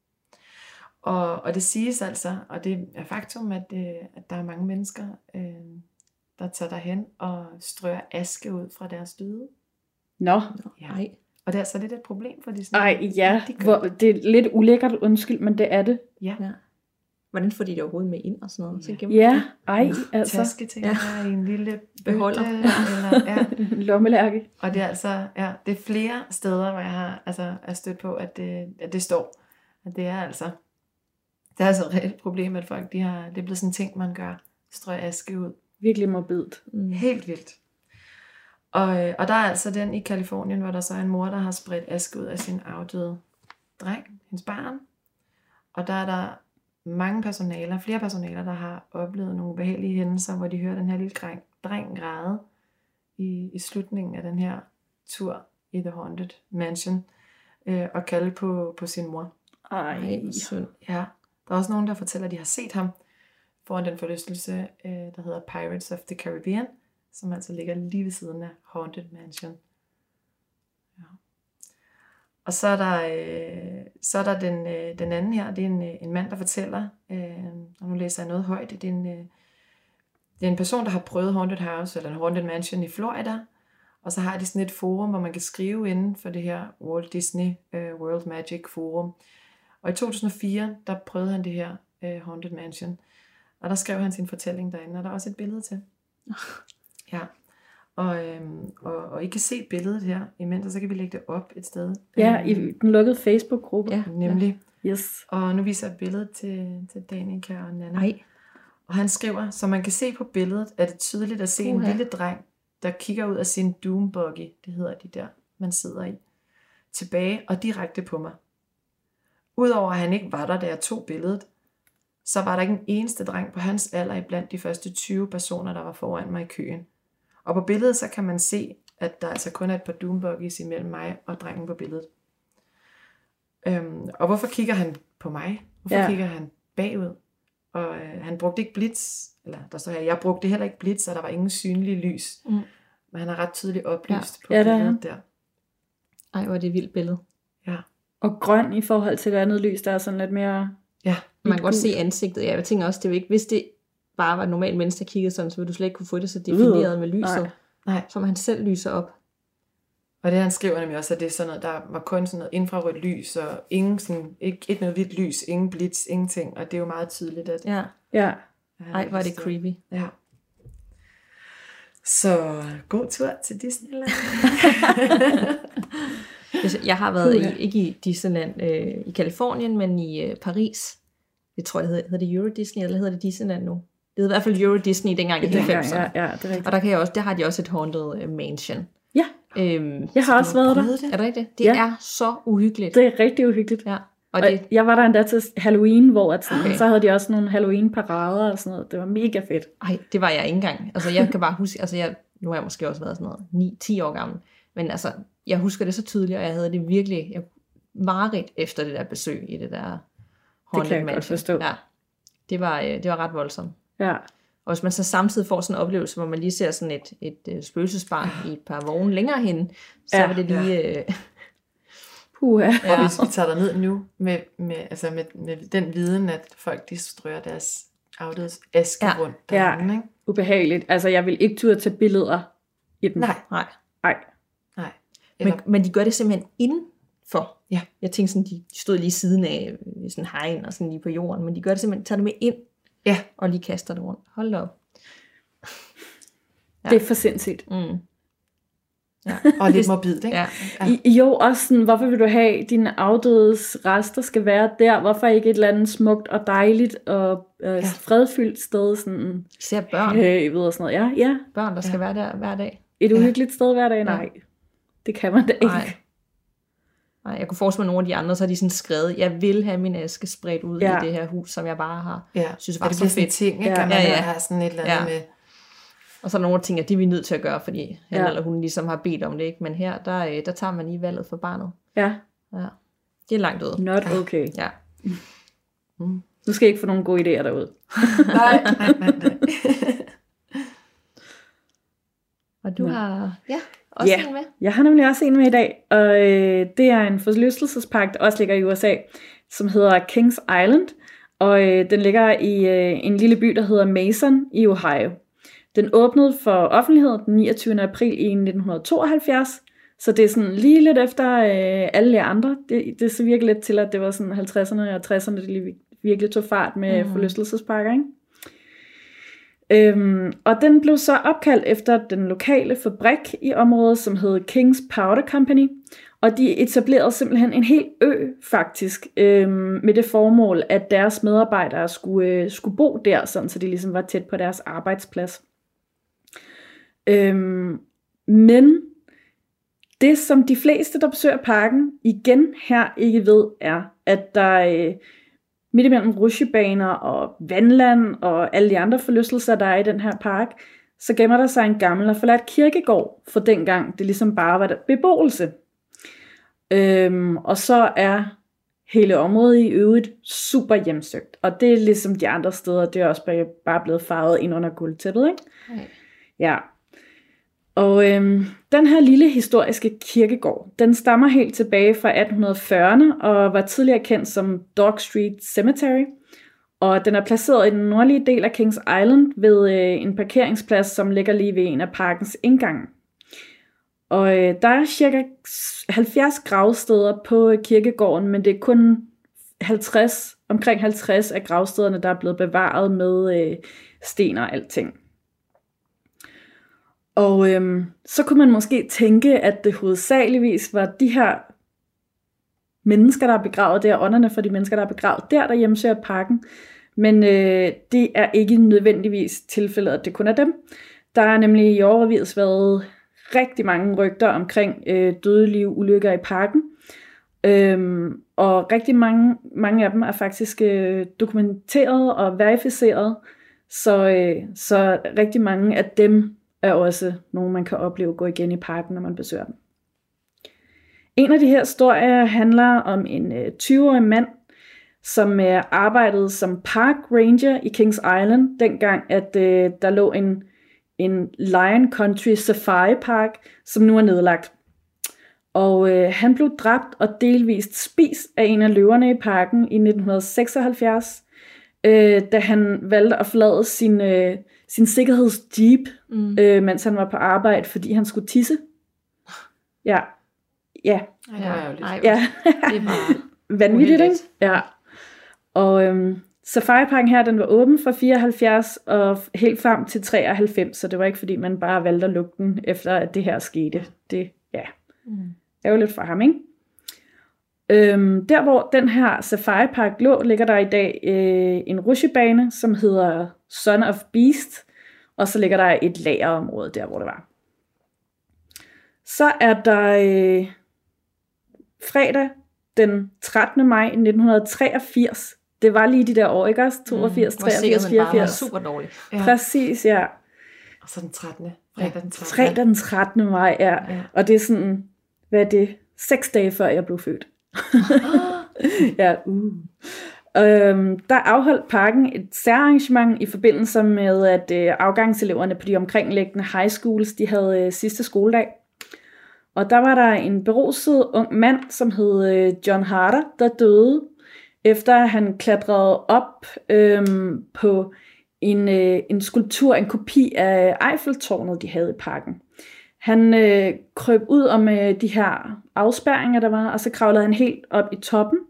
Og det siges altså, og det er faktum, at der er mange mennesker, der tager derhen og strør aske ud fra deres døde. Nå. Ja. Og det er altså lidt et problem for de det er lidt ulækkert, undskyld, men det er det. Ja. Hvordan får de det overhovedet med ind og sådan noget? Ja, altså. Tasketing i en lille beholder. Eller, lommelærke. Og det er altså, det er flere steder, hvor jeg har er stødt på, at det står. At det er altså et reelt problem, at folk, det er blevet sådan en ting, man gør, strøg aske ud. Virkelig morbidt. Helt vildt. Og der er altså den i Californien, hvor der så er en mor, der har spredt aske ud af sin afdøde dreng, hendes barn. Og der er der flere personaler, der har oplevet nogle behagelige hændelser, hvor de hører den her lille dreng græde i slutningen af den her tur i The Haunted Mansion, og kalde på sin mor. Ej, ja. Der er også nogen, der fortæller, at de har set ham foran den forlystelse, der hedder Pirates of the Caribbean, som altså ligger lige ved siden af Haunted Mansion. Ja. Og så er der den anden her, det er en mand, der fortæller, og nu læser jeg noget højt, det er en person, der har prøvet Haunted House, eller Haunted Mansion i Florida, og så har de sådan et forum, hvor man kan skrive inden for det her Walt Disney World Magic Forum. Og i 2004, der prøvede han det her Haunted Mansion, og der skrev han sin fortælling derinde, og der er også et billede til. Ja. Og I kan se billedet her imens, og så kan vi lægge det op et sted. Ja, i den lukkede Facebook-gruppe. Ja, nemlig. Ja. Yes. Og nu viser jeg billedet til Danica og Nana. Ej. Og han skriver, så man kan se på billedet, er det tydeligt at se en lille dreng, der kigger ud af sin doombuggy, det hedder de der, man sidder i, tilbage og direkte på mig. Udover at han ikke var der, da jeg tog billedet, så var der ikke en eneste dreng på hans alder i blandt de første 20 personer, der var foran mig i køen. Og på billedet, så kan man se, at der altså kun er et par doombuggies imellem mig og drengen på billedet. Og hvorfor kigger han på mig? Hvorfor kigger han bagud? Og han brugte ikke blitz, eller der står her, jeg brugte heller ikke blitz, og der var ingen synlige lys. Men han er ret tydeligt oplyst på billedet der. Ej, hvor er det et vildt billede. Ja. Og grøn i forhold til det andet lys, der er sådan lidt mere... Ja. Man kan godt se ansigtet. Ja, jeg tænker også, det er jo ikke, hvis det bare var et normalt menneske, der kiggede sådan, så ville du slet ikke kunne få det så defineret med lyset. Nej. Som han selv lyser op. Og det han skriver nemlig også, at det er sådan noget, der var kun sådan noget infrarødt lys, og ingen sådan, ikke noget hvidt lys, ingen blitz, ingenting. Og det er jo meget tydeligt, at... Ja. Ej, var det creepy. Ja. Så god tur til Disneyland. Jeg har været ikke i Disneyland i Californien, men i Paris. Jeg tror, det hedder det Euro Disney, eller hedder det Disneyland nu? Det hedder i hvert fald Euro Disney dengang i 90'erne. Ja, det er rigtigt. Og der har de også et Haunted Mansion. Ja, jeg har også været der. Er det rigtigt? Det er så uhyggeligt. Det er rigtig uhyggeligt. Ja. Og jeg var der endda til Halloween, hvor så havde de også nogle Halloween-parader og sådan noget. Det var mega fedt. Ej, det var jeg ikke engang. Altså, jeg kan bare huske, nu har jeg måske også været sådan noget 9-10 år gammel, men altså, jeg husker det så tydeligt, og jeg havde det virkelig mareridt efter det der besøg i det der Haunted Mansion. Det kan jeg godt forstå. Ja, det var ret voldsomt. Ja. Og hvis man så samtidig får sådan en oplevelse, hvor man lige ser sådan et spøgelsesbarn i et par vogne længere hen, så vil det lige... Puha. Og hvis vi tager ned nu med den viden, at folk de strøger deres afdødes aske rundt derinde, ikke? Ubehageligt. Altså, jeg vil ikke turde tage billeder i den. Nej. Eller... Men de gør det simpelthen indenfor. Ja. Jeg tænkte sådan, de stod lige siden af sådan en hegn og sådan lige på jorden, men de gør det simpelthen, tager det med ind og lige kaster det rundt. Hold da op. Ja. Det er for sindssygt. Ja. Og lidt morbidt, ikke? Ja. Jo, også sådan, hvorfor vil du have, dine afdødes rester skal være der? Hvorfor ikke et eller andet smukt og dejligt og fredfyldt sted? Sådan, især børn. Ved og sådan noget. Ja. Børn, der skal være der hver dag. Et uhyggeligt sted hver dag? Nej. Det kan man da ikke. Nej, jeg kunne forestille mig nogle af de andre, så har de sådan skrevet, jeg vil have min aske spredt ud i det her hus, som jeg bare har. Synes var så fedt. Ting, ikke? Man har sådan et eller andet med... Og så er der nogle af ting, at de er vi nødt til at gøre, fordi han eller hun ligesom har bedt om det, ikke? Men her, der tager man lige valget for barnet. Ja. Det er langt ud. Not okay. Ja. Nu skal jeg ikke få nogle gode idéer derude. Nej. Og du har også en med? Jeg har nemlig også en med i dag, og det er en forlystelsespark, der også ligger i USA, som hedder Kings Island, og den ligger i en lille by, der hedder Mason i Ohio. Den åbnede for offentligheden den 29. april i 1972, så det er sådan lige lidt efter alle de andre. Det så virkelig lidt til, at det var sådan 50'erne og 60'erne, det virkelig tog fart med forlystelsesparker, ikke? Og den blev så opkaldt efter den lokale fabrik i området, som hed Kings Powder Company, og de etablerede simpelthen en hel ø faktisk, med det formål, at deres medarbejdere skulle bo der, sådan, så de ligesom var tæt på deres arbejdsplads. Men det, som de fleste, der besøger parken, igen her ikke ved, er, at der midt imellem rutsjebaner og vandland og alle de andre forlystelser, der er i den her park, så gemmer der sig en gammel og forladt kirkegård, for dengang det ligesom bare var beboelse. Og så er hele området i øvrigt super hjemsøgt, og det er ligesom de andre steder, det er også bare blevet farvet ind under guldtæppet, ikke? Okay. Ja. Og den her lille historiske kirkegård, den stammer helt tilbage fra 1840'erne og var tidligere kendt som Dog Street Cemetery. Og den er placeret i den nordlige del af Kings Island ved en parkeringsplads, som ligger lige ved en af parkens indgange. Og der er cirka 70 gravsteder på kirkegården, men det er kun omkring 50 af gravstederne, der er blevet bevaret med sten og alting. Og så kunne man måske tænke, at det hovedsageligvis var de her mennesker, der er begravet der, ånderne for de mennesker, der er begravet der hjemsøger parken. Men det er ikke nødvendigvis tilfældet, at det kun er dem. Der er nemlig i årevis været rigtig mange rygter omkring dødelige ulykker i parken. Og rigtig mange af dem er faktisk dokumenteret og verificeret. Så rigtig mange af dem er også nogle, man kan opleve gå igen i parken, når man besøger den. En af de her historier handler om en 20-årig mand, som arbejdede som park ranger i Kings Island, dengang at der lå en Lion Country Safari Park, som nu er nedlagt. Og han blev dræbt og delvist spist af en af løverne i parken i 1976, da han valgte at forlade sin sikkerhedsjeep, mens han var på arbejde, fordi han skulle tisse. Ja. Ej, det var ærgerligt. Ja. Det var vanvittigt, ikke? Ja. Og Safari-parken her, den var åben fra 74 og helt frem til 93, så det var ikke fordi, man bare valgte at lukke den, efter at det her skete. Det, ærgerligt for ham, ikke? Der hvor den her Safari-park lå, ligger der i dag en rutsjebane, som hedder Son of Beast, og så ligger der et lagerområde der, hvor det var. Så er der fredag den 13. maj 1983. Det var lige de der år, ikke også? 82, 83, 84. Super dårligt. Ja. Præcis, ja. Og så den 13. Fredag den 13. Fredag den 13. maj, ja. Og det er sådan, hvad er det? 6 dage før jeg blev født. Ja, Der afholdt parken et særarrangement i forbindelse med, at afgangseleverne på de omkringliggende high schools, de havde sidste skoledag. Og der var der en beruset ung mand, som hed John Harder, der døde, efter han klatrede op på en skulptur, en kopi af Eiffeltårnet, de havde i parken. Han krøb ud om de her afspærringer, der var, og så kravlede han helt op i toppen.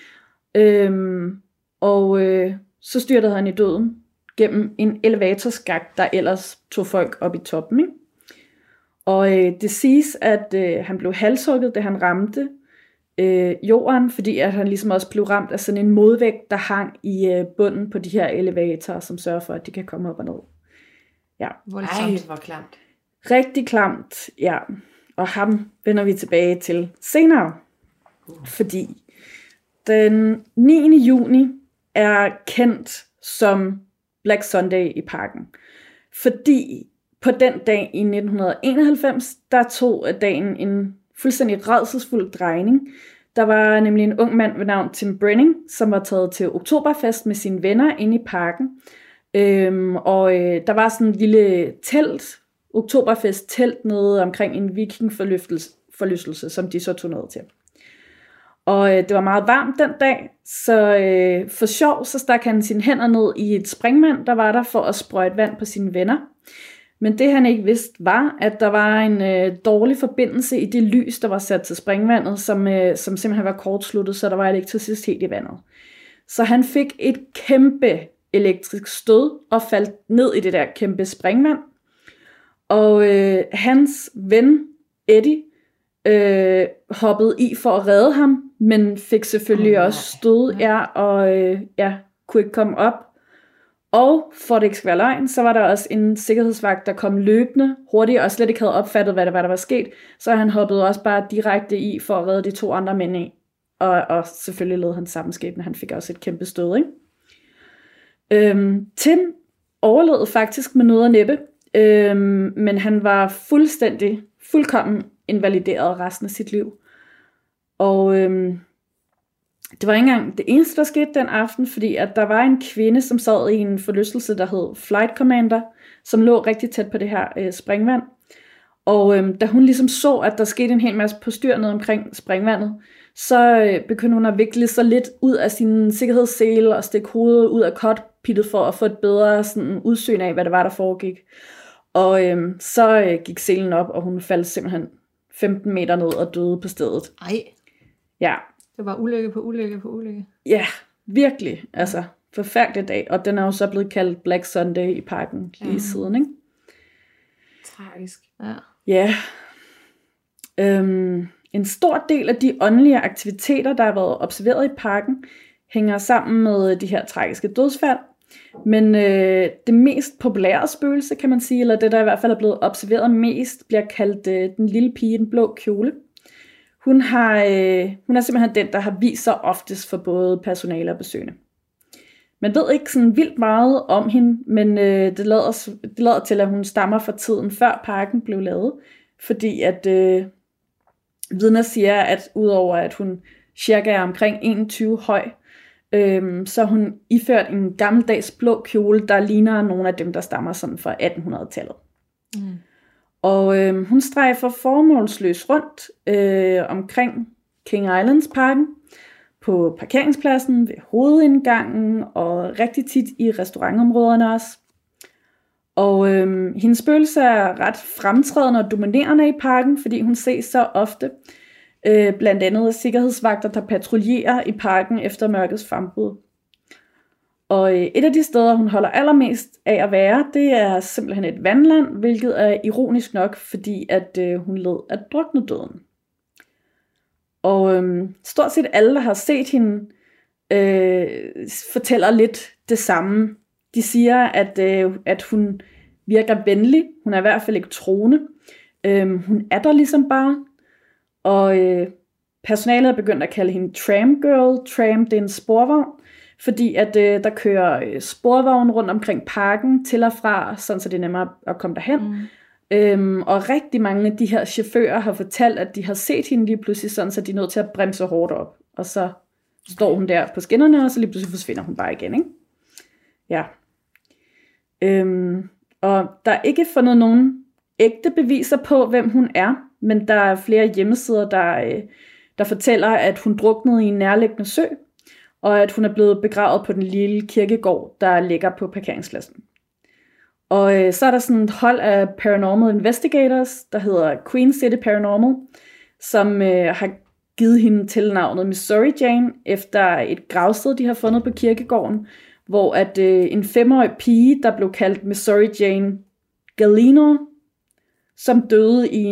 Så styrtede han i døden gennem en elevatorskakt, der ellers tog folk op i toppen. Ikke? Og det siges, at han blev halshugget, da han ramte jorden, fordi at han ligesom også blev ramt af sådan en modvægt, der hang i bunden på de her elevatorer, som sørger for, at de kan komme op og ned. Ja. Ej, hvor klamt. Rigtig klamt, ja. Og ham vender vi tilbage til senere. Fordi den 9. juni er kendt som Black Sunday i parken. Fordi på den dag i 1991, der tog dagen en fuldstændig rædselsfuld drejning. Der var nemlig en ung mand ved navn Tim Brenning, som var taget til Oktoberfest med sine venner inde i parken. Der var sådan en lille telt, Oktoberfest-telt nede omkring en vikingforlystelse, som de så tog ned til. Og det var meget varmt den dag, så for sjov, så stak han sine hænder ned i et springvand, der var der for at sprøjte vand på sine venner. Men det han ikke vidste var, at der var en dårlig forbindelse i det lys, der var sat til springvandet, som simpelthen var kortsluttet, så der var elektricitet i vandet. Så han fik et kæmpe elektrisk stød og faldt ned i det der kæmpe springvand. Og hans ven, Eddie, hoppede i for at redde ham, men fik selvfølgelig også stød, kunne ikke komme op. Og for det ikke skal være løgn, så var der også en sikkerhedsvagt, der kom løbende hurtigt og slet ikke havde opfattet, hvad der var sket. Så han hoppede også bare direkte i for at redde de 2 andre mænd i. Og selvfølgelig led han sammenskæbne. Han fik også et kæmpe stød, ikke? Tim overlevede faktisk med nød og næppe, men han var fuldkommen invalideret resten af sit liv. Og det var ikke engang det eneste, der skete den aften, fordi at der var en kvinde, som sad i en forlystelse, der hed Flight Commander, som lå rigtig tæt på det her springvand. Og da hun ligesom så, at der skete en hel masse postyr ned omkring springvandet, så begyndte hun at vikle sig lidt ud af sin sikkerhedssele og stikke hovedet ud af cockpittet for at få et bedre sådan, udsyn af, hvad det var, der foregik. Og så gik selen op, og hun faldt simpelthen 15 meter ned og døde på stedet. Ej. Ja. Det var ulykke på ulykke på ulykke. Ja, virkelig. Altså, forfærdelig dag. Og den er jo så blevet kaldt Black Sunday i parken lige siden, ikke? Tragisk. Ja. Ja. En stor del af de åndelige aktiviteter, der har været observeret i parken, hænger sammen med de her tragiske dødsfald. Men det mest populære spøgelse, kan man sige, eller det, der i hvert fald er blevet observeret mest, bliver kaldt den lille pige i den blå kjole. Hun er simpelthen den, der har vist sig oftest for både personale og besøgende. Man ved ikke sådan vildt meget om hende, men det lader til, at hun stammer fra tiden før parken blev lavet. Fordi at vidner siger, at udover at hun cirka er omkring 21 høj, så har hun iført en gammeldags blå kjole, der ligner nogle af dem, der stammer sådan fra 1800-tallet. Mm. Og hun strejfer formålsløst rundt omkring King Islands parken, på parkeringspladsen, ved hovedindgangen og rigtig tit i restaurantområderne også. Og hendes spøgelse er ret fremtrædende og dominerende i parken, fordi hun ses så ofte, blandt andet af sikkerhedsvagter, der patruljerer i parken efter mørkets frembrud. Og et af de steder, hun holder allermest af at være, det er simpelthen et vandland, hvilket er ironisk nok, fordi at hun led af druknedøden. Og stort set alle, der har set hende, fortæller lidt det samme. De siger, at hun virker venlig. Hun er i hvert fald ikke troende. Hun er der ligesom bare. Og personalet er begyndt at kalde hende Tram Girl. Tram, det er en sporvogn. Fordi at der kører sporvogn rundt omkring parken til og fra, sådan så det er nemmere at komme derhen. Og rigtig mange af de her chauffører har fortalt, at de har set hende lige pludselig sådan, så de er nødt til at bremse hårdt op. Og så står hun der på skinnerne, og så lige pludselig forsvinder hun bare igen, ikke? Ja. Og der er ikke fundet nogen ægte beviser på, hvem hun er, men der er flere hjemmesider, der fortæller, at hun druknede i en nærliggende sø, og at hun er blevet begravet på den lille kirkegård, der ligger på parkeringspladsen. Og så er der sådan et hold af paranormal investigators, der hedder Queen City Paranormal, som har givet hende tilnavnet Missouri Jane, efter et gravsted, de har fundet på kirkegården, hvor at en 5-årig pige, der blev kaldt Missouri Jane Galino, som døde i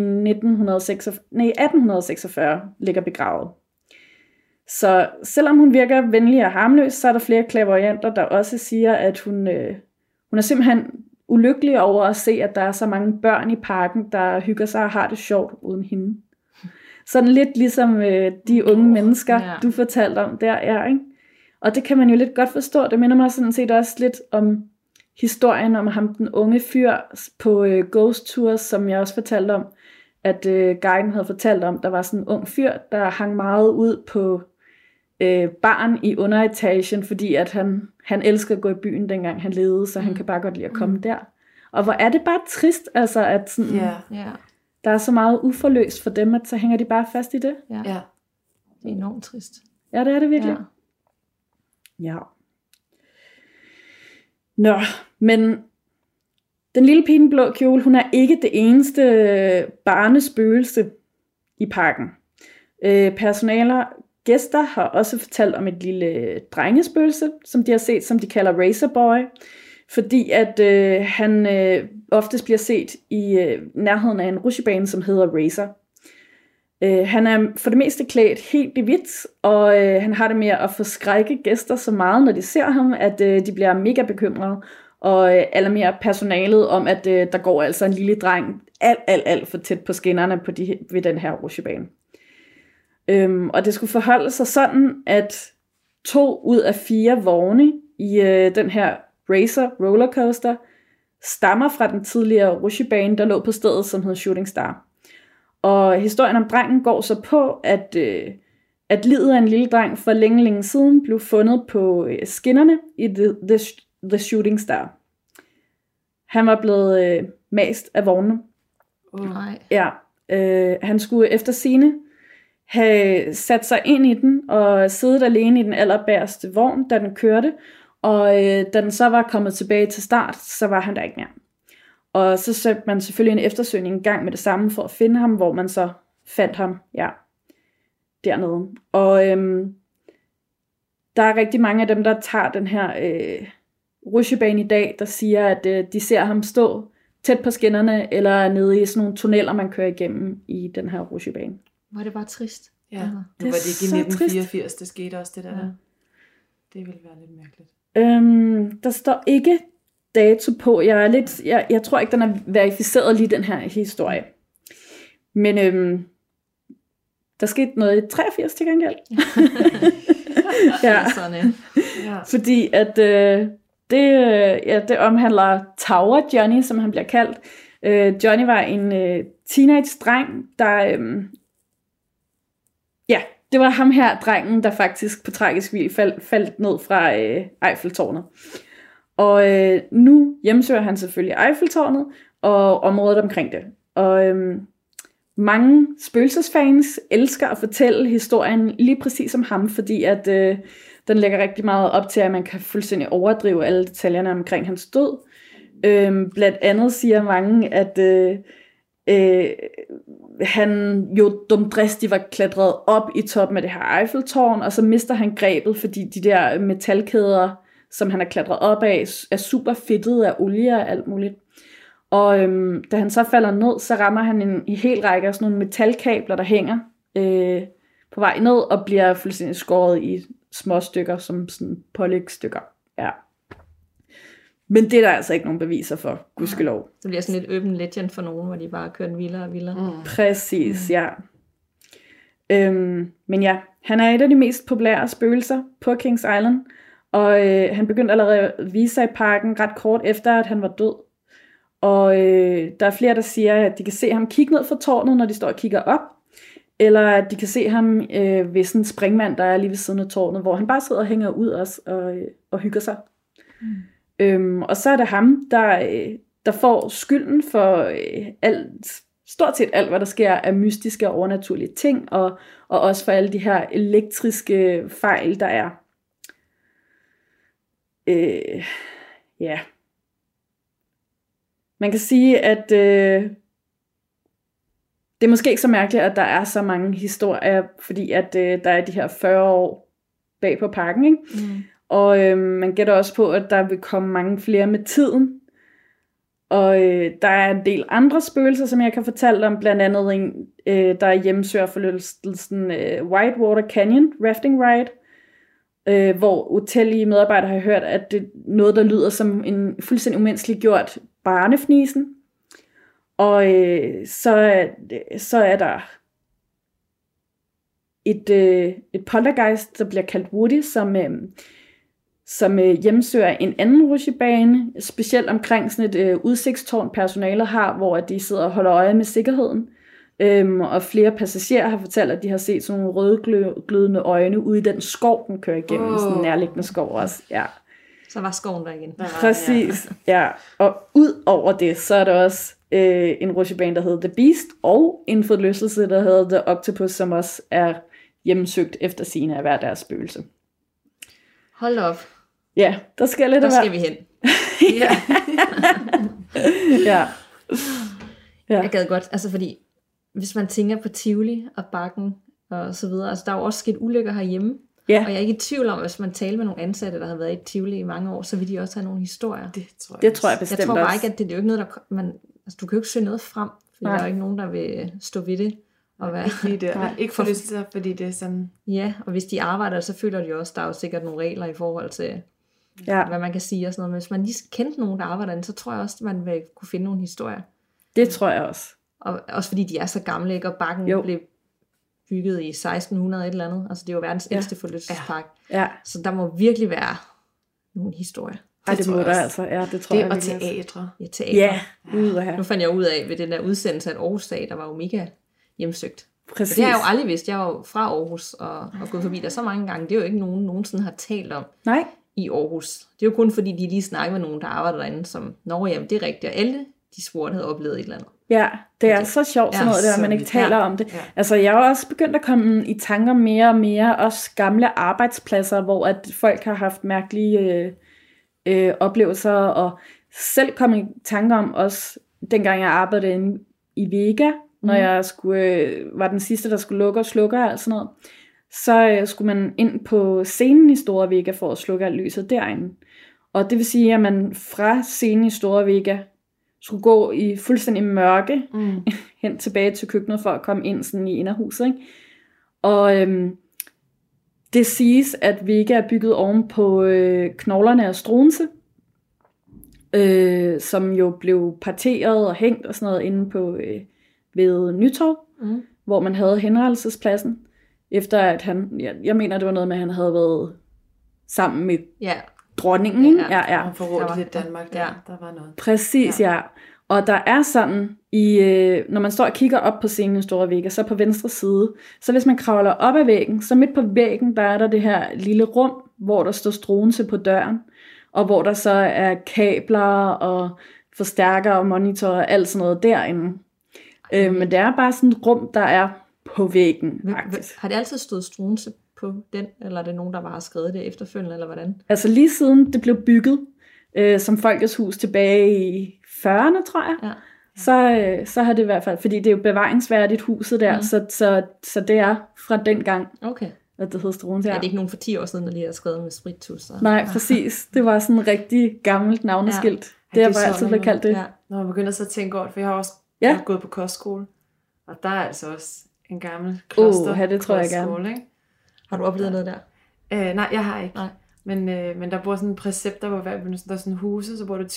1846, ligger begravet. Så selvom hun virker venlig og harmløs, så er der flere clairvoyanter, der også siger, at hun er simpelthen ulykkelig over at se, at der er så mange børn i parken, der hygger sig og har det sjovt uden hende. Sådan lidt ligesom de unge mennesker, du fortalte om der, ja, ikke? Og det kan man jo lidt godt forstå. Det minder mig sådan set også lidt om historien om ham, den unge fyr på Ghost Tours, som jeg også fortalte om, at guiden havde fortalt om. Der var sådan en ung fyr, der hang meget ud på baren i underetagen, fordi at han elskede at gå i byen, dengang han levede, så han kan bare godt lide at komme der. Og hvor er det bare trist, altså, at sådan, der er så meget uforløst for dem, at så hænger de bare fast i det. Ja. Det er enormt trist. Ja, det er det virkelig. Ja. Nå, men den lille pige i den blå kjole, hun er ikke det eneste barnespøgelse i parken. Personaler, gæster har også fortalt om et lille drengespøgelse, som de har set, som de kalder Razor Boy, fordi at han oftest bliver set i nærheden af en rutsjebane, som hedder Razor. Han er for det meste klædt helt i hvidt, og han har det med at forskrække gæster så meget, når de ser ham, at de bliver mega bekymrede, og alarmerer personalet om, at der går altså en lille dreng alt for tæt på skinnerne ved den her rutsjebane. Og det skulle forholde sig sådan, at 2 ud af 4 vogne i den her Razor rollercoaster stammer fra den tidligere rutsjebane, der lå på stedet, som hed Shooting Star. Og historien om drengen går så på, at liget af en lille dreng for længe siden blev fundet på skinnerne i The Shooting Star. Han var blevet mast af vognene. Ja, han skulle efter sigende have sat sig ind i den og siddet alene i den allerbærste vogn, da den kørte. Og da den så var kommet tilbage til start, så var han der ikke mere. Og så satte man selvfølgelig en eftersøgning i gang med det samme for at finde ham, hvor man så fandt ham, dernede. Og der er rigtig mange af dem, der tager den her rutsjebane i dag, der siger, at de ser ham stå tæt på skinnerne, eller nede i sådan nogle tunneller, man kører igennem i den her rutsjebane. Var det bare trist? Ja, nu var det ikke i 1984, det skete også det der. Ja. Det ville være lidt mærkeligt. Der står ikke dato på. Jeg tror ikke, den er verificeret lige den her historie. Men der skete noget i 83 til gengæld. Ja. Fordi at det omhandler Tower Johnny, som han bliver kaldt. Johnny var en teenage-dreng, der det var ham her, drengen, der faktisk på tragisk vis faldt ned fra Eiffeltårnet. Og nu hjemsøger han selvfølgelig Eiffeltårnet og området omkring det. Og mange spøgelsesfans elsker at fortælle historien lige præcis som ham, fordi at den lægger rigtig meget op til, at man kan fuldstændig overdrive alle detaljerne omkring hans død. Blandt andet siger mange, at han jo dumdristigt var klatret op i toppen af det her Eiffeltårn, og så mister han grebet, fordi de der metalkæder, som han er klatret op af, er super fedtet af olie og alt muligt. Og da han så falder ned, så rammer han en hel række af sådan nogle metalkabler, der hænger på vej ned, og bliver fuldstændig skåret i små stykker, som sådan pålægstykker. Ja. Men det er der altså ikke nogen beviser for, gudskelov. Det bliver sådan et urban legend for nogen, hvor de bare kører den vildere og vildere. Præcis, ja. Men ja, han er et af de mest populære spøgelser på Kings Island, og han begyndte allerede at vise sig i parken ret kort efter, at han var død. Og der er flere, der siger, at de kan se ham kigge ned fra tårnet, når de står og kigger op. eller at de kan se ham ved sådan en springvand, der er lige ved siden af tårnet, hvor han bare sidder og hænger ud også og hygger sig. Og så er det ham, der får skylden for stort set alt, hvad der sker af mystiske og overnaturlige ting, og også for alle de her elektriske fejl, der er. Ja. Man kan sige, at det er måske ikke så mærkeligt, at der er så mange historier, fordi at der er de her 40 år bag på pakken, ikke? Og man gætter også på, at der vil komme mange flere med tiden. Og der er en del andre spøgelser, som jeg kan fortælle om, blandt andet en, der hjemsøger forlystelsen Whitewater Canyon Rafting Ride, hvor utallige medarbejdere har hørt, at det er noget, der lyder som en fuldstændig umenneskeligt gjort barnefnisen. Og så er der et poltergeist, der bliver kaldt Woody, som hjemsøger en anden rutsjebane, specielt omkring sådan et udsigtstårn, personalet har, hvor de sidder og holder øje med sikkerheden. Og flere passagerer har fortalt, at de har set sådan nogle rødglødende øjne ude i den skov, den kører igennem, sådan en nærliggende skov også. Ja. Så var skoven der igen. Præcis, ja. Og ud over det, så er der også en rutsjebane, der hedder The Beast, og en forlystelse, der hedder The Octopus, som også er hjemsøgt efter sigende af hver deres spøgelse. Hold op. Ja, der skal lidt af Der skal vi hen. Ja. Ja. Jeg gad godt, altså fordi, hvis man tænker på Tivoli og Bakken og så videre, altså der er jo også sket ulykker herhjemme, og jeg er ikke i tvivl om, hvis man taler med nogle ansatte, der har været i Tivoli i mange år, så vil de også have nogle historier. Det tror jeg bestemt. Jeg tror bare ikke, at det er jo ikke noget, altså du kan jo ikke søge noget frem, for der er jo ikke nogen, der vil stå ved det. Og være, ikke lige der. Ikke for lyst til, fordi det er sådan... Ja, og hvis de arbejder, så føler de også, der er jo sikkert nogle regler i forhold til, hvad man kan sige og sådan noget. Men hvis man lige kendte nogen, der arbejder den, så tror jeg også, at man vil kunne finde nogle historier. Det tror jeg også. Og også fordi de er så gamle, ikke? Og Bakken blev bygget i 1600 et eller andet. Altså det er jo verdens ældste forlystelsespark. Ja. Så der må virkelig være nogle historier. Det må der altså. Ja, det tror jeg. Og teatre. Ja, teatre. Ja. Nu fandt jeg ud af ved den der udsendelse, at Aarhus Dag, der var jo mega hjemsøgt. Præcis. Det har jeg jo aldrig vidst. Jeg er jo fra Aarhus og gået forbi der så mange gange. Det er jo ikke nogen nogensinde har talt om i Aarhus. Det er jo kun fordi, de lige snakker med nogen, der arbejder derinde, som, jamen det er rigtigt, og alle de spurgte havde oplevet et eller andet. Ja, det er så sjovt sådan noget, der man ikke taler om det. Ja. Altså jeg har også begyndt at komme i tanker mere og mere, også gamle arbejdspladser, hvor at folk har haft mærkelige oplevelser, og selv kom i tanker om også, dengang jeg arbejdede inde i Vega, når jeg var den sidste, der skulle lukke og slukke og sådan noget, så skulle man ind på scenen i Store Vega for at slukke alt lyset derinde. Og det vil sige, at man fra scenen i Store Vega skulle gå i fuldstændig mørke hen tilbage til køkkenet for at komme ind sådan i inderhuset. Ikke? Og det siges, at Vega er bygget oven på knoglerne af Struensee, som jo blev parteret og hængt og sådan noget inde på ved Nytorv, hvor man havde henrettelsespladsen, efter at jeg mener, det var noget med, at han havde været sammen med dronningen. Ikke? Ja. Og forrådt lidt Danmark, der var noget. Præcis, ja. Og der er sådan, når man står og kigger op på scenen i Store Vega, så på venstre side, så hvis man kravler op ad væggen, så midt på væggen, der er der det her lille rum, hvor der står Struensee på døren, og hvor der så er kabler og forstærker og monitorer og alt sådan noget derinde. Men det er bare sådan et rum, der er på væggen. Har det altid stået Struensee på den, eller er det nogen, der bare har skrevet det efterfølgende, eller hvordan? Altså lige siden det blev bygget som Folkets Hus tilbage i 40'erne, tror jeg, så har det i hvert fald, fordi det er jo bevaringsværdigt huset der, så det er fra den gang, at det hedder Struensee. Er det ikke nogen for 10 år siden, der lige har skrevet med sprittus? Nej, præcis. Det var sådan et rigtig gammelt navneskilt. Det har bare altid blevet kaldt det. Når man begynder så at tænke over, for jeg har også gået på kostskole, og der er altså også en gammel kloster. Det tror jeg gerne. Ikke? Har du oplevet noget der? Nej, jeg har ikke. Nej. Men der bor sådan en præcepter, hvor der er sådan huse, så bor der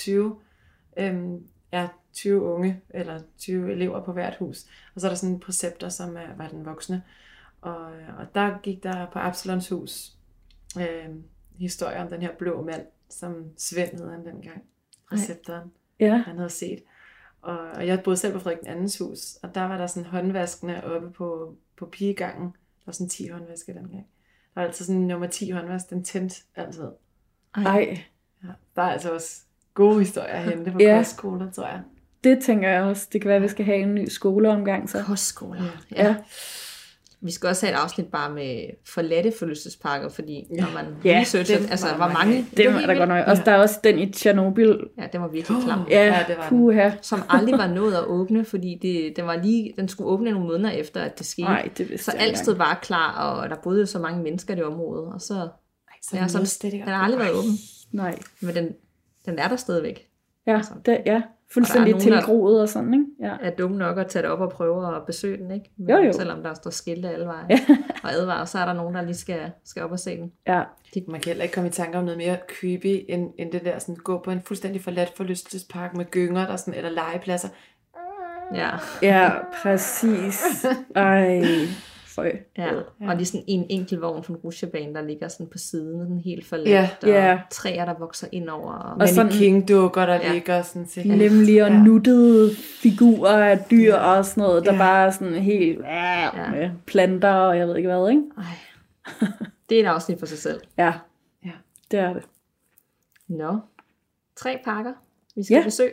20 unge, eller 20 elever på hvert hus. Og så er der sådan en præcepter, som var den voksne. Og der gik der på Absalons hus historie om den her blå mand, som Svend hed han dengang. Præcepteren. Han havde set. Og jeg boede selv på Frederik den andens hus, og der var der sådan håndvaskende oppe på pigegangen. Der var sådan 10 håndvasker dengang. Der er altid sådan en nummer 10 håndvask, den tændte altid. Ej, Ja, der er altså også gode historier at hente på kostskoler, tror jeg. det tænker jeg også. Det kan være, at vi skal have en ny skoleomgang så. Kostskoler. Ja. Vi skal også have et afsnit bare med forladte forlystelsesparker, fordi når man Ja, researcher, dem altså var hvor mange. mange... Det er der godt nok. Og der er også den i Tjernobyl. Ja, det var virkelig klam. Ja, det var den. puha. Som aldrig var nået at åbne, fordi den skulle åbne nogle måneder efter, at det skete. Nej, det vidste Så jeg alt stod bare klar, og der boede jo så mange mennesker i det område, og så... Så Ja, den har aldrig været åben, Nej. men den er der stadigvæk. Ja, Altså. fuldstændig nogen, der- tilgroet og sådan, ikke? Ja. Er dumme nok at tage det op og prøve at besøge den, ikke? Men Jo. Selvom der står skilte alle veje og advarer, så er der nogen, der lige skal op og se den. Ja. Man kan heller ikke komme i tanke om noget mere creepy, end det der sådan, gå på en fuldstændig forladt forlystelsespark med gynger der sådan, eller legepladser. Ja. Ja, præcis. Ej, føj. Ja, og det er sådan en enkelt vogn fra en rutsjebane, der ligger sådan på siden, den helt forladt, Ja. og træer, der vokser ind over. Og sådan- Mannequin-dukker, der Ja. ligger sådan til. Nemlig og Ja. nuttede figurer af dyr og sådan noget, der Ja. bare er sådan helt med planter og jeg ved ikke hvad, ikke? Ej. Det er et afsnit for sig selv. Ja, Ja. det er det. Nå, 3 parker, vi skal besøge.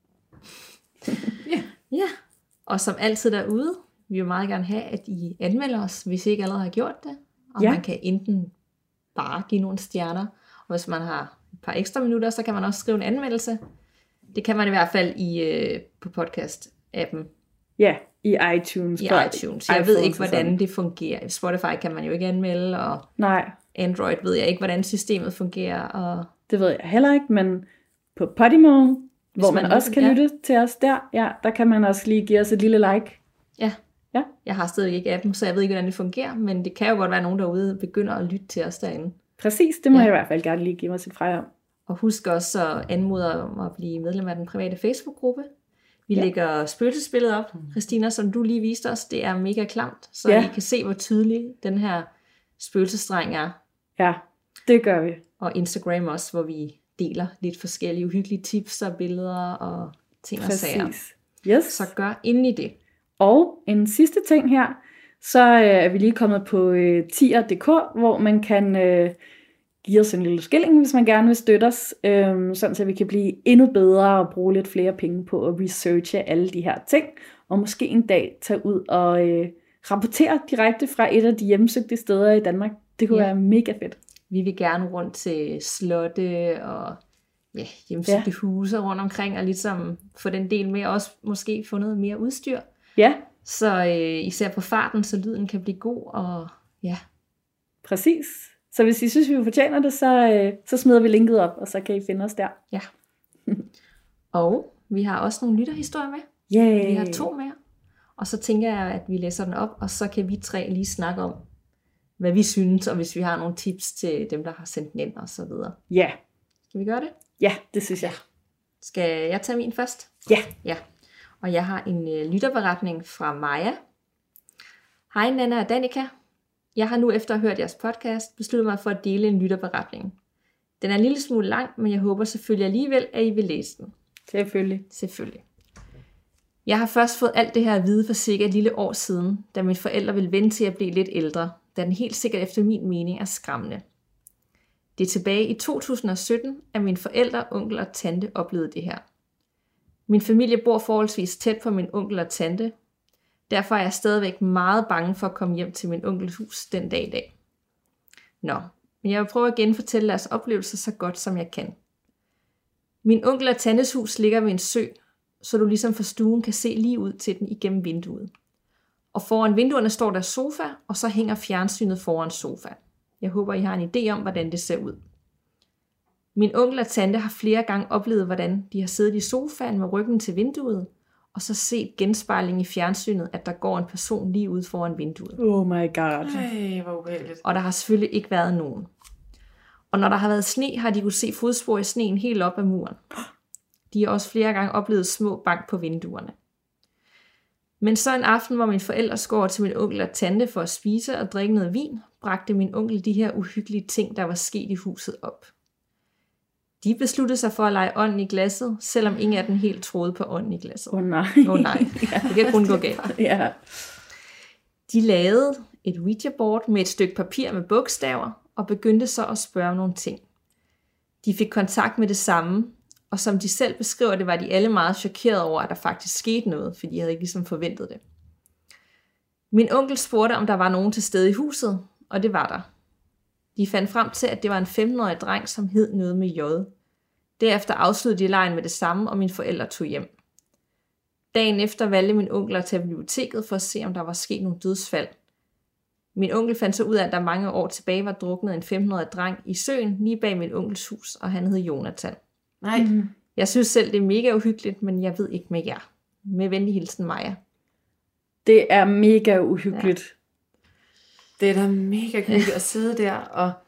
Ja, og som altid derude, vi vil meget gerne have, at I anmelder os, hvis I ikke allerede har gjort det. Og man kan enten bare give nogle stjerner, og hvis man har et par ekstra minutter, så kan man også skrive en anmeldelse. Det kan man i hvert fald på podcast-appen Ja, i iTunes. i for iTunes. Jeg ved iPhones ikke, og sådan. hvordan det fungerer. I Spotify kan man jo ikke anmelde, og Nej, Android ved jeg ikke, hvordan systemet fungerer. Og det ved jeg heller ikke, men på Podimo, hvor man man også kan lytte til os der kan man også lige give os et lille like. jeg har stadig ikke appen, så jeg ved ikke, hvordan det fungerer, men det kan jo godt være, at nogen derude begynder at lytte til os derinde. Præcis, det må jeg i hvert fald gerne lige give mig til fra om. Og husk også at anmode om at blive medlem af den private Facebook-gruppe. Vi lægger spøgelsesbilledet op. Christina, som du lige viste os, det er mega klamt, så I kan se, hvor tydelig den her spøgelsesstreng er. Ja, det gør vi. Og Instagram også, hvor vi deler lidt forskellige uhyggelige tips og billeder og ting og sager. Yes. Så gør endelig det. Og en sidste ting her, så er vi lige kommet på tier.dk, hvor man kan give os en lille skilling, hvis man gerne vil støtte os, sådan så vi kan blive endnu bedre og bruge lidt flere penge på at researche alle de her ting, og måske en dag tage ud og rapportere direkte fra et af de hjemsøgte steder i Danmark. Det kunne være mega fedt. Vi vil gerne rundt til slotte og hjemsøgte huse rundt omkring, og ligesom få den del med, og også måske få noget mere udstyr. Ja. Så især på farten, så lyden kan blive god, og Præcis. Så hvis I synes, vi fortjener det, så smider vi linket op, og så kan I finde os der. Ja. Og vi har også nogle lytterhistorier med. Yay. Vi har 2 mere. Og så tænker jeg, at vi læser den op, og så kan vi 3 lige snakke om, hvad vi synes, og hvis vi har nogle tips til dem, der har sendt den ind, og så videre. Ja. Skal vi gøre det? Ja, det synes jeg. Skal jeg tage min først? Ja. Og jeg har en lytterberetning fra Maja. Hej Nana og Danika. Jeg har nu efter at have hørt jeres podcast besluttet mig for at dele en lytterberetning. Den er en lille smule lang, men jeg håber selvfølgelig alligevel, at I vil læse den. Selvfølgelig. Jeg har først fået alt det her at vide for cirka et lille år siden, da mine forældre ville vente til at blive lidt ældre, da den helt sikkert efter min mening er skræmmende. Det er tilbage i 2017, at mine forældre, onkel og tante oplevede det her. Min familie bor forholdsvis tæt på min onkel og tante. Derfor er jeg stadigvæk meget bange for at komme hjem til min onkels hus den dag i dag. Nå, men jeg vil prøve at genfortælle deres oplevelser så godt som jeg kan. Min onkel og tantes hus ligger ved en sø, så du ligesom fra stuen kan se lige ud til den igennem vinduet. Og foran vinduerne står der sofa, og så hænger fjernsynet foran sofaen. Jeg håber, I har en idé om, hvordan det ser ud. Min onkel og tante har flere gange oplevet, hvordan de har siddet i sofaen med ryggen til vinduet, og så set genspejling i fjernsynet, at der går en person lige ud foran vinduet. Oh my god. Ej, hvor uheldigt. Og der har selvfølgelig ikke været nogen. Og når der har været sne, har de kunne se fodspor i sneen helt op ad muren. De har også flere gange oplevet små bank på vinduerne. Men så en aften, hvor min forældre skulle over til min onkel og tante for at spise og drikke noget vin, bragte min onkel de her uhyggelige ting, der var sket i huset op. De besluttede sig for at lege ånden i glasset, selvom ingen af dem helt troede på ånden i glasset. Åh nej. Nej, det kan kun gå galt. Ja. De lavede et Ouija-board med et stykke papir med bogstaver, og begyndte så at spørge om nogle ting. De fik kontakt med det samme, og som de selv beskriver det, var de alle meget chokeret over, at der faktisk skete noget, fordi de havde ikke ligesom forventet det. Min onkel spurgte, om der var nogen til stede i huset, og det var der. De fandt frem til, at det var en 15-årig dreng, som hed noget med J. Derefter afsluttede de legen med det samme, og mine forældre tog hjem. Dagen efter valgte min onkel at tage på biblioteket for at se, om der var sket nogle dødsfald. Min onkel fandt så ud af, at der mange år tilbage var druknet en 15-årig dreng i søen lige bag min onkels hus, og han hed Jonathan. Nej. Jeg synes selv, det er mega uhyggeligt, men jeg ved ikke med jer. Med venlig hilsen, Maja. Det er mega uhyggeligt. Det er da mega hyggeligt at sidde der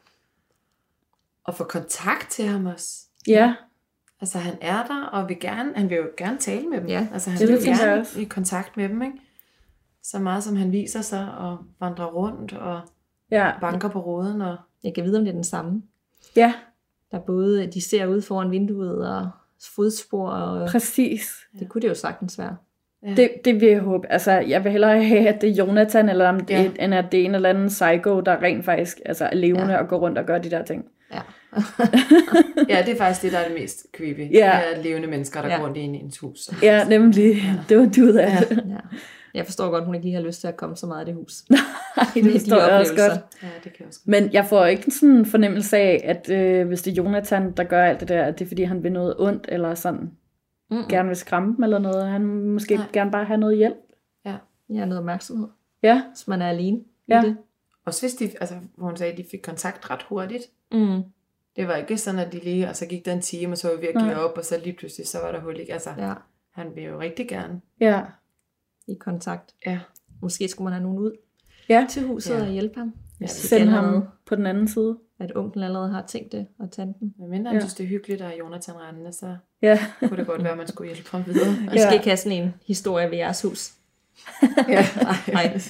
og få kontakt til ham også. Ja. Altså han er der, og han vil jo gerne tale med dem. Ja, altså han det vil tænker jeg gerne også. i kontakt med dem, ikke? Så meget som han viser sig og vandrer rundt og banker på ruden. Og... Jeg kan vide, om det er den samme. Ja. Der både, de ser ud foran vinduet og fodspor. Og Præcis. det kunne det jo sagtens være. Ja. Det vil jeg håbe. Altså, jeg vil hellere have, at det er Jonathan, eller om det end at det er en eller anden psycho, der rent faktisk er levende og går rundt og gør de der ting. Ja. Ja, det er faktisk det, der er det mest creepy. Ja. Det er levende mennesker, der går rundt ind i ens hus. Ja, nemlig. Ja. Det var du der. Ja. Ja. Jeg forstår godt, hun ikke lige har lyst til at komme så meget i det hus. Nej, det forstår jeg også godt. Ja, det kan jeg også godt. Men jeg får ikke sådan en fornemmelse af, at hvis det er Jonathan, der gør alt det der, at det er fordi, han vil noget ondt, eller sådan gerne vil skræmme dem, eller noget. Han måske gerne bare have noget hjælp. Ja, noget opmærksomhed. Ja. Hvis man er alene i Ja. det. Også hvis de, altså hvor hun sagde, at de fik kontakt ret hurtigt. Mm. Det var ikke sådan, at de lige, og så gik der en time, og så var vi virkelig op, og så lige pludselig, så var der hul, ikke? Altså, han vil jo rigtig gerne. Ja. I kontakt. Ja. Måske skulle man have nogen ud til huset og hjælpe ham. Send ham på den anden side. At onklen allerede har tænkt det, og tanten. Men mindre han synes, det er hyggeligt, at Jonathan rendende, så kunne det godt være, at man skulle hjælpe ham videre. Vi skal ikke have sådan en historie ved jeres hus. Nej.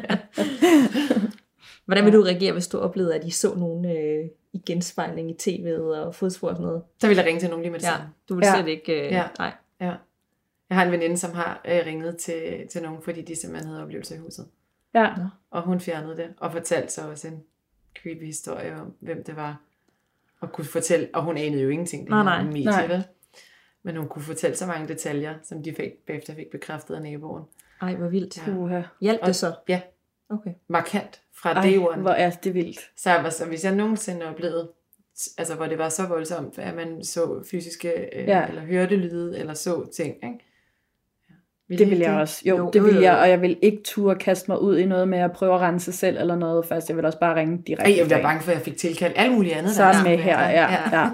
Hvordan vil du reagere, hvis du oplevede, at I så nogen i genspejling i tv'et og fodspor og sådan noget? Så vil jeg ringe til nogen lige med det samme. Du vil slet ikke... Nej. Ja. Jeg har en veninde, som har ringet til nogen, fordi de simpelthen havde oplevelser i huset. Ja. Og hun fjernede det, og fortalte så også en creepy historie om, hvem det var. Og kunne fortælle, og hun anede jo ingenting, det her medie, vel? Men hun kunne fortælle så mange detaljer, som de bagefter fik bekræftet af naboen. Ej, hvor vildt. Ja. Hjalp det så? Ja. Okay. Markant fra day one. Hvor er det vildt. Så hvis jeg nogensinde oplevede, altså hvor det var så voldsomt, at man så fysiske, eller hørte lyde, eller så ting, ikke? Det vil jeg også. Jo, det vil jeg, og jeg vil ikke turde kaste mig ud i noget med at prøve at rense selv eller noget først. Jeg vil også bare ringe direkte. Jeg var bange for, at jeg fik tilkaldt alt muligt andet. Sådan med her, ja.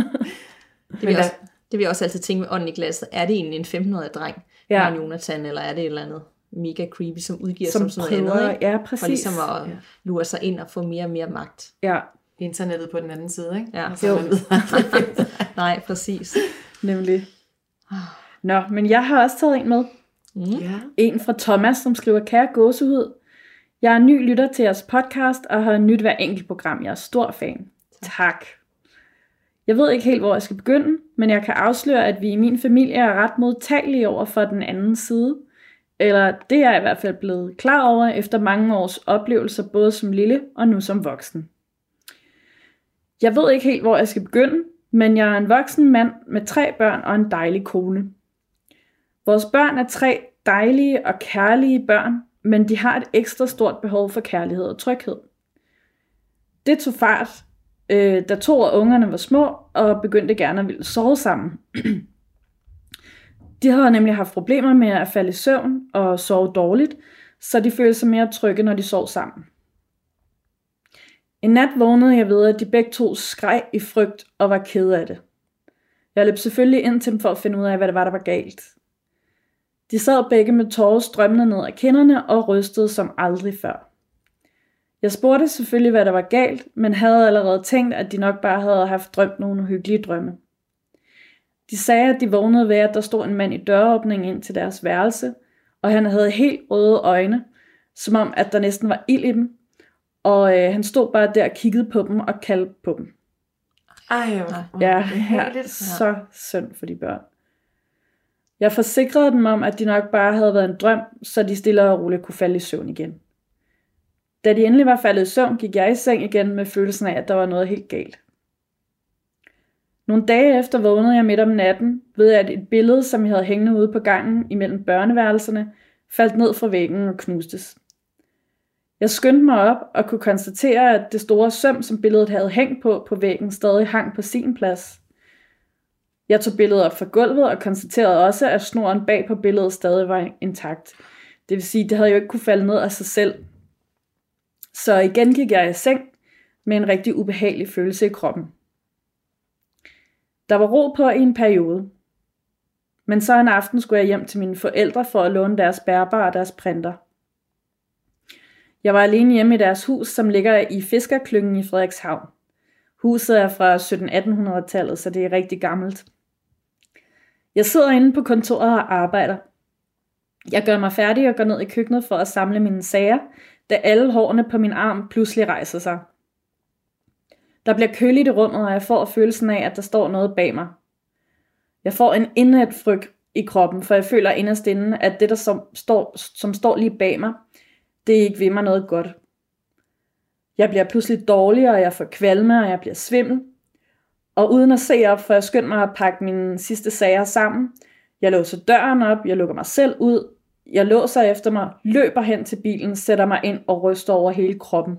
Det vil jeg også altid tænke med ånden i glasset. Er det egentlig en 15-årig dreng, en Jonathan, eller er det et eller andet mega creepy, som udgiver som sådan noget andet, ikke? Ja, præcis. For ligesom at lure sig ind og få mere og mere magt. Ja. Internettet på den anden side, ikke? Ja. Jo. Nej, præcis. Nemlig. Nå, men jeg har også taget en med. En fra Thomas, som skriver: Kære gåsehud, jeg er ny lytter til jeres podcast, og har nyt hver enkelt program. Jeg er stor fan. Tak. Jeg ved ikke helt, hvor jeg skal begynde, men jeg kan afsløre, at vi i min familie er ret modtagelige over for den anden side. Eller det er jeg i hvert fald blevet klar over efter mange års oplevelser, både som lille og nu som voksen. Jeg ved ikke helt, hvor jeg skal begynde, men jeg er en voksen mand med 3 børn og en dejlig kone. Vores børn er 3 dejlige og kærlige børn, men de har et ekstra stort behov for kærlighed og tryghed. Det tog fart, da 2 af ungerne var små og begyndte gerne at ville sove sammen. De havde nemlig haft problemer med at falde i søvn og sove dårligt, så de følte sig mere trygge, når de sov sammen. En nat vågnede jeg ved, at de begge 2 skreg i frygt og var kede af det. Jeg løb selvfølgelig ind til dem for at finde ud af, hvad det var, der var galt. De sad begge med tårer strømmende ned ad kinderne og rystede som aldrig før. Jeg spurgte selvfølgelig, hvad der var galt, men havde allerede tænkt, at de nok bare havde haft drømt nogle hyggelige drømme. De sagde, at de vågnede ved, at der stod en mand i døråbningen ind til deres værelse, og han havde helt røde øjne, som om, at der næsten var ild i dem, og han stod bare der og kiggede på dem og kaldte på dem. Så synd for de børn. Jeg forsikrede dem om, at de nok bare havde været en drøm, så de stille og roligt kunne falde i søvn igen. Da de endelig var faldet i søvn, gik jeg i seng igen med følelsen af, at der var noget helt galt. Nogle dage efter vågnede jeg midt om natten, ved at et billede, som jeg havde hængende ude på gangen imellem børneværelserne, faldt ned fra væggen og knustes. Jeg skyndte mig op og kunne konstatere, at det store søm, som billedet havde hængt på væggen, stadig hang på sin plads. Jeg tog billedet op fra gulvet og konstaterede også, at snoren bag på billedet stadig var intakt. Det vil sige, at det havde jo ikke kunne falde ned af sig selv. Så igen gik jeg i seng med en rigtig ubehagelig følelse i kroppen. Der var ro på i en periode. Men så en aften skulle jeg hjem til mine forældre for at låne deres bærbare og deres printer. Jeg var alene hjemme i deres hus, som ligger i Fiskerklyngen i Frederikshavn. Huset er fra 1700-1800-tallet, så det er rigtig gammelt. Jeg sidder inde på kontoret og arbejder. Jeg gør mig færdig og går ned i køkkenet for at samle mine sager, da alle hårene på min arm pludselig rejser sig. Der bliver køligt i rummet, og jeg får følelsen af, at der står noget bag mig. Jeg får en indædt frygt i kroppen, for jeg føler inderst inde, at det, der som står lige bag mig, det ikke vil mig noget godt. Jeg bliver pludselig dårlig, og jeg får kvalme, og jeg bliver svimmel. Og uden at se op, får jeg skyndt mig at pakke mine sidste sager sammen. Jeg låser døren op, jeg lukker mig selv ud. Jeg låser efter mig, løber hen til bilen, sætter mig ind og ryster over hele kroppen.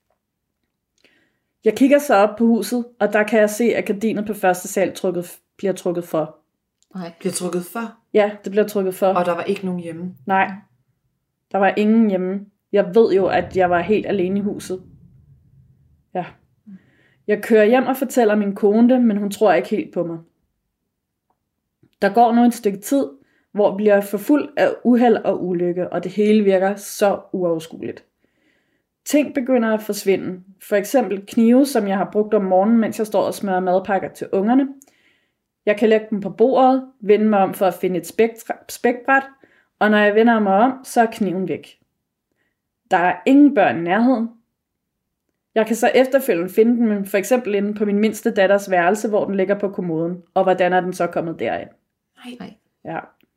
Jeg kigger så op på huset, og der kan jeg se, at gardinet på første sal bliver trukket for. Nej, bliver trukket for? Ja, det bliver trukket for. Og der var ikke nogen hjemme? Nej, der var ingen hjemme. Jeg ved jo, at jeg var helt alene i huset. Ja. Jeg kører hjem og fortæller min kone det, men hun tror ikke helt på mig. Der går nu et stykke tid, hvor vi bliver forfulgt af uheld og ulykke, og det hele virker så uoverskueligt. Ting begynder at forsvinde. For eksempel knive, som jeg har brugt om morgenen, mens jeg står og smører madpakker til ungerne. Jeg kan lægge dem på bordet, vende mig om for at finde et spækbræt, og når jeg vender mig om, så er kniven væk. Der er ingen børn i nærheden. Jeg kan så efterfølgende finde den, for eksempel inde på min mindste datters værelse, hvor den ligger på kommoden. Og hvordan er den så kommet derind? Nej. Ja.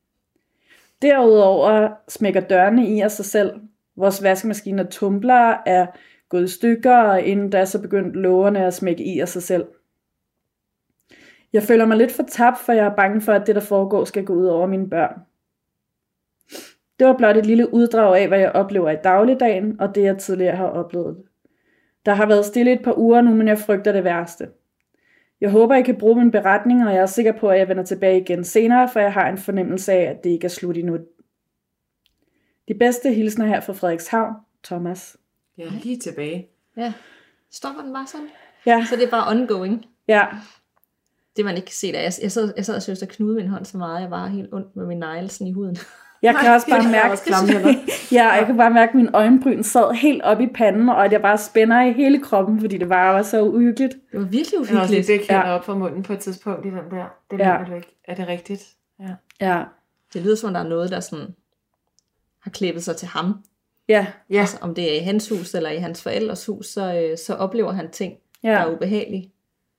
Derudover smækker dørene i af sig selv. Vores vaskemaskine og tumbler er gået i stykker, og inden da så begyndte lågerne at smække i af sig selv. Jeg føler mig lidt for tabt, for jeg er bange for, at det, der foregår, skal gå ud over mine børn. Det var blot et lille uddrag af, hvad jeg oplever i dagligdagen, og det jeg tidligere har oplevet. Der har været stille et par uger nu, men jeg frygter det værste. Jeg håber, I kan bruge min beretning, og jeg er sikker på, at jeg vender tilbage igen senere, for jeg har en fornemmelse af, at det ikke er slut endnu. De bedste hilsner her fra Frederikshavn, Thomas. Jeg er lige tilbage. Ja. Stopper den bare sådan? Ja. Så det er bare ongoing? Ja. Det man ikke kan se der. Jeg sad og synes, at knude min hånd så meget. Jeg var helt ondt med min neglesen i huden. Jeg kan også bare mærke, jeg kan bare mærke, at min øjenbryn sad helt op i panden, og at jeg bare spænder i hele kroppen, fordi det var så uhyggeligt. Det var virkelig Jeg har også uhyggeligt. det kender op fra munden på et tidspunkt i den der. Det mener du ikke. Er det rigtigt? Ja. Ja. Det lyder som, der er noget, der sådan har klippet sig til ham. Ja. Altså, om det er i hans hus eller i hans forældres hus, så oplever han ting, der er ubehagelige.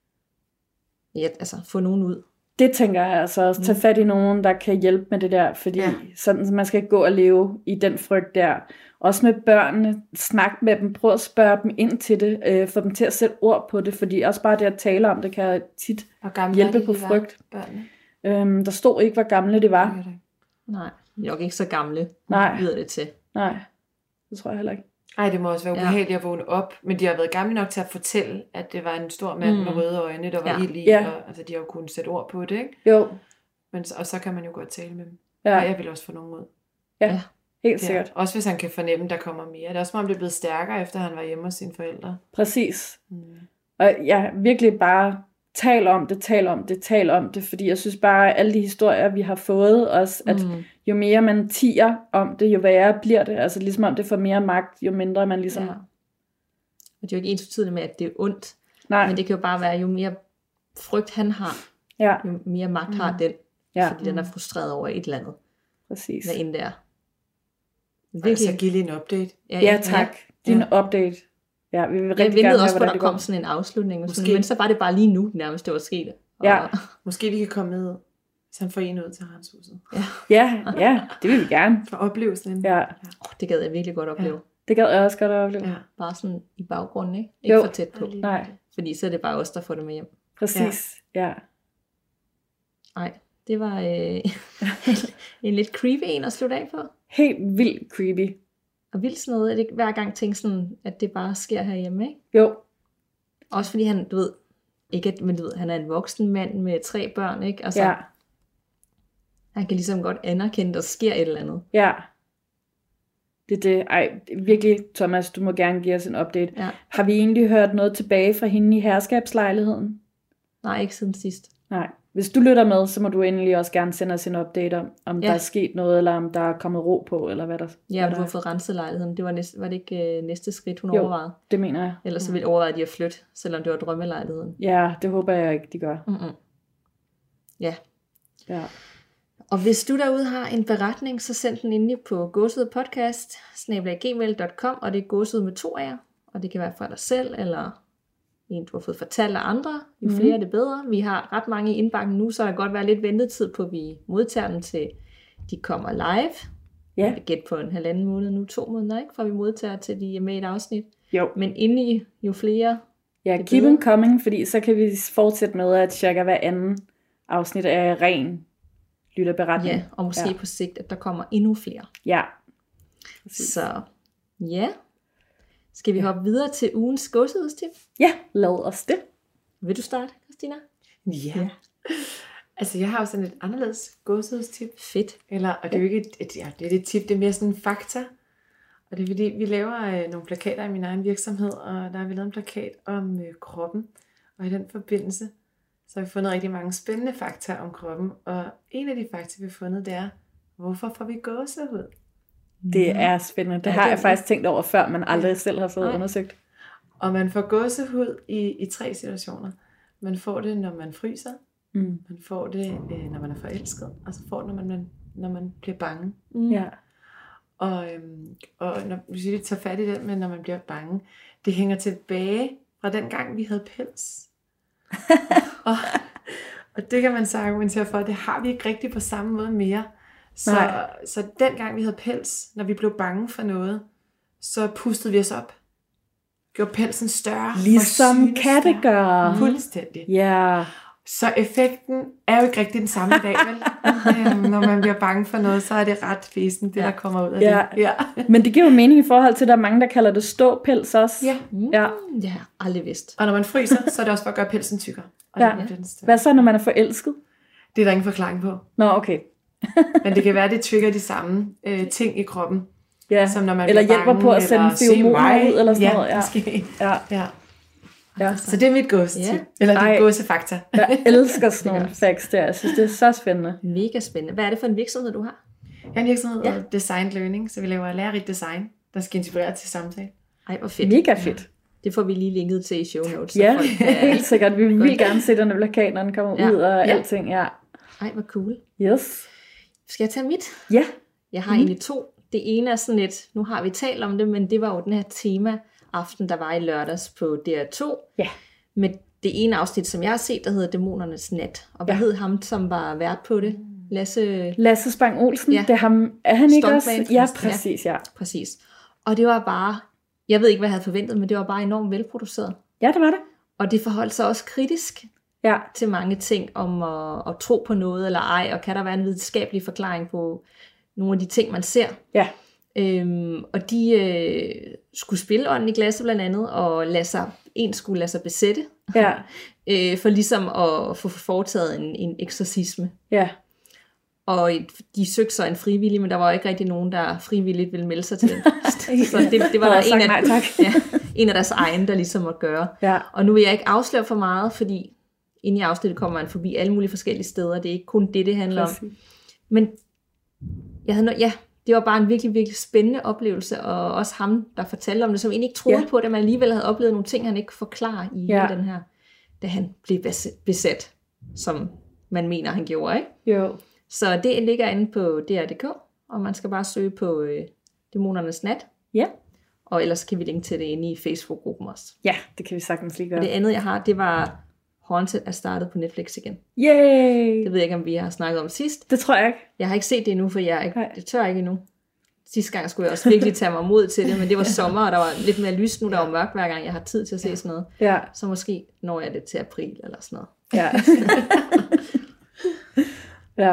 Ja, altså, få nogen ud. Det tænker jeg altså også. Tag fat i nogen, der kan hjælpe med det der, fordi sådan, man skal ikke gå og leve i den frygt der. Også med børnene, snak med dem, prøv at spørge dem ind til det, få dem til at sætte ord på det, fordi også bare det at tale om det kan tit hjælpe på frygt. Der stod ikke, hvor gamle det var. Nej, de er nok ikke så gamle, lyder det til. Nej, det tror jeg heller ikke. Ej, det må også være ubehageligt at vågne op, men de har været gamle nok til at fortælle, at det var en stor mand med røde øjne, der var ild i, og altså, de har jo kunnet sætte ord på det, ikke? Jo. Men, og så kan man jo godt tale med dem. Ja. Og jeg vil også få nogen ud. Ja, helt sikkert. Også hvis han kan fornemme, at der kommer mere. Det er også som om det er blevet stærkere, efter han var hjemme hos sine forældre. Præcis. Og ja, virkelig bare tal om det, fordi jeg synes bare, at alle de historier, vi har fået også, at jo mere man tier om det, jo værre bliver det. Altså ligesom om det får mere magt, jo mindre man ligesom... Ja. Og det er jo ikke ensbetydende med, at det er ondt. Nej. Men det kan jo bare være, jo mere frygt han har, jo mere magt har den. Fordi den er frustreret over et eller andet. Præcis. Hvad end det er. Altså giv lige en update. Ja, tak. Din update. Ja, vi vil rigtig gerne også, hvor der kom sådan en afslutning. Måske. Men så var det bare lige nu, nærmest det var sket. Ja. Måske vi kan komme med, så han får en ud til Hanshuset. Ja, det vil vi gerne. For oplevelsen. Ja. Det gad jeg virkelig godt opleve. Det gad jeg også godt at opleve. Ja. Bare sådan i baggrunden, ikke? Ikke Jo. for tæt på. Nej, Fordi så er det bare os, der får det med hjem. præcis. Ja. Nej, det var en lidt creepy en at slutte af på. Helt vildt creepy. Og vildt sådan noget, at det hver gang tænker sådan, at det bare sker herhjemme, ikke? Jo, Også fordi han, du ved, ikke at, men du ved, han er en voksen mand med 3 børn, ikke? Altså, ja. han kan ligesom godt anerkende, at der sker et eller andet. Ja. Det er det. Ej, virkelig, Thomas, du må gerne give os en update. Ja. Har vi egentlig hørt noget tilbage fra hende i herskabslejligheden? Nej, ikke siden sidst. Nej. Hvis du lytter med, så må du endelig også gerne sende os en update om Ja. der er sket noget, eller om der er kommet ro på, eller hvad der Ja, hvad du der har fået renset lejligheden. Det var det ikke næste skridt, hun Jo. overvejede? Det mener jeg. Ellers så ville overveje de at flytte, selvom det var drømmelejligheden. Ja, det håber jeg ikke, de gør. Mm-mm. Ja. Ja. Og hvis du derude har en beretning, så send den endelig på gåsudpodcast@gmail.com, og det er gåsud med 2 A'er, og det kan være fra dig selv, eller en, du har fået fortalt af andre. Jo flere, det bedre. Vi har ret mange i indbakken nu, så der kan godt være lidt ventetid på, at vi modtager dem til, de kommer live. Ja. Jeg vil gætte på en 1,5 måned nu, 2 måneder, ikke? Fra vi modtager til de er med i et afsnit. Jo. Men endelig, jo flere. Ja, Det er keep bedre. them coming, fordi så kan vi fortsætte med, at cirka hver anden afsnit er ren lytterberetning. Ja, og måske på sigt, at der kommer endnu flere. Ja. Præcis. Så ja. Skal vi hoppe videre til ugens gåsehudstip? Ja, lad os det. Vil du starte, Christina? Ja. Altså, jeg har jo sådan et anderledes gåsehudstip. Fedt. Og det er jo ikke det er et tip, det er mere sådan en fakta. Og det er fordi, vi laver nogle plakater i min egen virksomhed, og der har vi lavet en plakat om kroppen. Og i den forbindelse, så har vi fundet rigtig mange spændende fakta om kroppen. Og en af de fakta, vi har fundet, det er, hvorfor får vi gåsehud? Det er spændende. Det har jeg faktisk tænkt over før, men aldrig selv har fået undersøgt. Og man får gåsehud i 3 situationer. Man får det, når man fryser. Man får det, når man er forelsket. Og så får det, når man bliver bange. Ja. Og når du siger, det tager fat i det, men når man bliver bange, det hænger tilbage fra den gang, vi havde pels. og det kan man så argumentere for, det har vi ikke rigtig på samme måde mere. Så den gang, vi havde pels, når vi blev bange for noget, så pustede vi os op. Gjorde pelsen større. Ligesom katte gør. Fuldstændig. Ja. Så effekten er jo ikke rigtig den samme i dag, vel? Når man bliver bange for noget, så er det ret fesen, det der kommer ud af det. Ja. Men det giver jo mening i forhold til, at der er mange, der kalder det ståpels også. Ja. Ja. Det har jeg aldrig vidst. Og når man fryser, så er det også for at gøre pelsen tykkere. Og Ja. Hvad så, når man er forelsket? Det er der ingen forklaring på. Nå, okay. Men det kan være, det trigger de samme ting i kroppen. Ja. Som når man eller bliver hjælper bange, på at sende feromoner ud, eller sådan noget. Måske. Ja. Ja. Så det er mit gåsetip. Ja. Eller det er gåsefakta. Jeg elsker sådan nogle facts der. Jeg synes, det er så spændende. Mega spændende. Hvad er det for en virksomhed, du har? Jeg har en virksomhed, der hedder Design Learning, så vi laver lærerigt design, der skal inspirere til samtale. Ej, hvor fedt. Mega fedt. Det får vi lige linket til i show notes. så Ja, folk kan- helt sikkert. Vi vil gerne se den plakat, når den kommer ud og alting. Ja. Ej, hvor cool. Yes. Skal jeg tage mit? Ja. Jeg har egentlig 2. Det ene er sådan lidt, nu har vi talt om det, men det var jo den her tema-aften, der var i lørdags på DR2. Ja. Med det ene afsnit, som jeg har set, der hedder Dæmonernes Nat. Og hvad hed ham, som var vært på det? Lasse Spang Olsen. Ja. Det er ham. Er han ikke også? Stuntman. Ja, præcis, ja. Præcis. Og det var bare, jeg ved ikke, hvad jeg havde forventet, men det var bare enormt velproduceret. Ja, det var det. Og det forholdt sig også kritisk Ja. til mange ting om at tro på noget eller ej, og kan der være en videnskabelig forklaring på nogle af de ting, man ser. Ja. Og de skulle spille ånden i glasset blandt andet, og en skulle lade sig besætte, Ja. for ligesom at få foretaget en eksorcisme. Ja. Og de søgte så en frivillig, men der var jo ikke rigtig nogen, der frivilligt ville melde sig til den. Så det var der en af deres egne, der ligesom måtte gøre. Ja. Og nu vil jeg ikke afsløre for meget, fordi inden i afsnittet kommer man forbi alle mulige forskellige steder. Det er ikke kun det handler om. Men det var bare en virkelig, virkelig spændende oplevelse, og også ham, der fortalte om det, som egentlig ikke troede på det, men alligevel havde oplevet nogle ting, han ikke kunne forklare i den her, da han blev besat, som man mener, han gjorde, ikke? Jo. Så det ligger inde på DR.dk, og man skal bare søge på Dæmonernes Nat. Ja. Og ellers kan vi linke til det inde i Facebook-gruppen også. Ja, det kan vi sagtens lige gøre. Og det andet, jeg har, det var Haunted er startet på Netflix igen. Yay! Det ved jeg ikke, om vi har snakket om sidst. Det tror jeg ikke. Jeg har ikke set det endnu, for jeg tør ikke endnu. sidste gang skulle jeg også virkelig tage mig mod til det, men det var sommer, og der var lidt mere lyst nu, der var mørkt hver gang, jeg har tid til at se sådan noget. Ja. Så måske når jeg det til april eller sådan noget. Ja. Ja.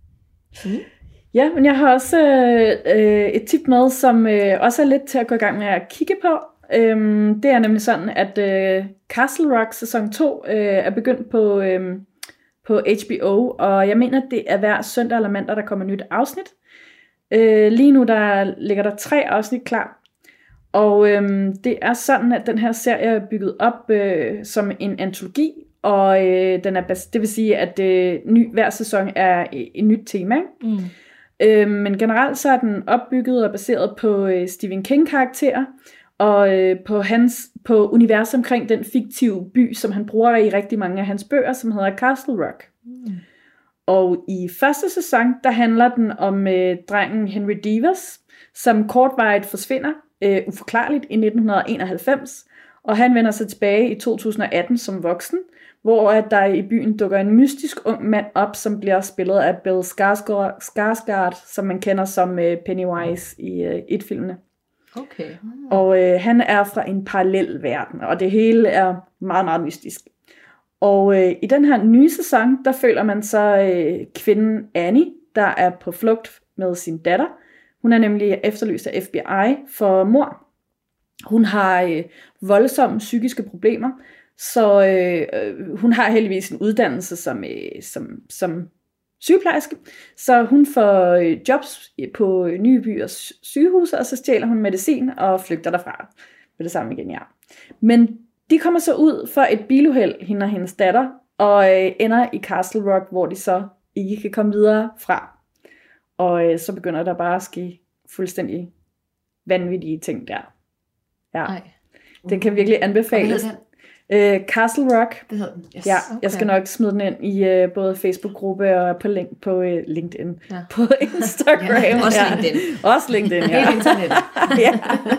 Ja, men jeg har også et tip med, som også er lidt til at gå i gang med at kigge på. Det er nemlig sådan, at Castle Rock sæson 2 er begyndt på HBO, og jeg mener, det er hver søndag eller mandag, der kommer et nyt afsnit. Lige nu der ligger der 3 afsnit klar, og det er sådan, at den her serie er bygget op som en antologi, og den er det vil sige, at hver sæson er et nyt tema. Men generelt så er den opbygget og baseret på Stephen King karakterer, og på universet omkring den fiktive by, som han bruger i rigtig mange af hans bøger, som hedder Castle Rock. Og i første sæson, der handler den om drengen Henry Devers, som kortvarigt forsvinder, uforklarligt i 1991, og han vender sig tilbage i 2018 som voksen, hvor at der i byen dukker en mystisk ung mand op, som bliver spillet af Bill Skarsgård, som man kender som Pennywise i It-filmene. Okay. Og han er fra en parallel verden, og det hele er meget, meget mystisk. Og i den her nye sæson, der føler man så kvinden Annie, der er på flugt med sin datter. Hun er nemlig efterlyst af FBI for mord. Hun har voldsomme psykiske problemer, så hun har heldigvis en uddannelse som sygeplejerske, så hun får jobs på Nye Byers sygehus, og så stjæler hun medicin og flygter derfra med det samme igen, ja. Men de kommer så ud for et biluheld, hende og hendes datter, og ender i Castle Rock, hvor de så ikke kan komme videre fra. Og så begynder der bare at ske fuldstændig vanvittige ting der. Ja. Den kan virkelig anbefales. Castle Rock. Det hedder den. Yes. Ja, jeg skal nok smide den ind i både Facebook-gruppe og på LinkedIn. Ja. På Instagram. Ja, også LinkedIn. Også LinkedIn, ja. Hele internettet. Ja.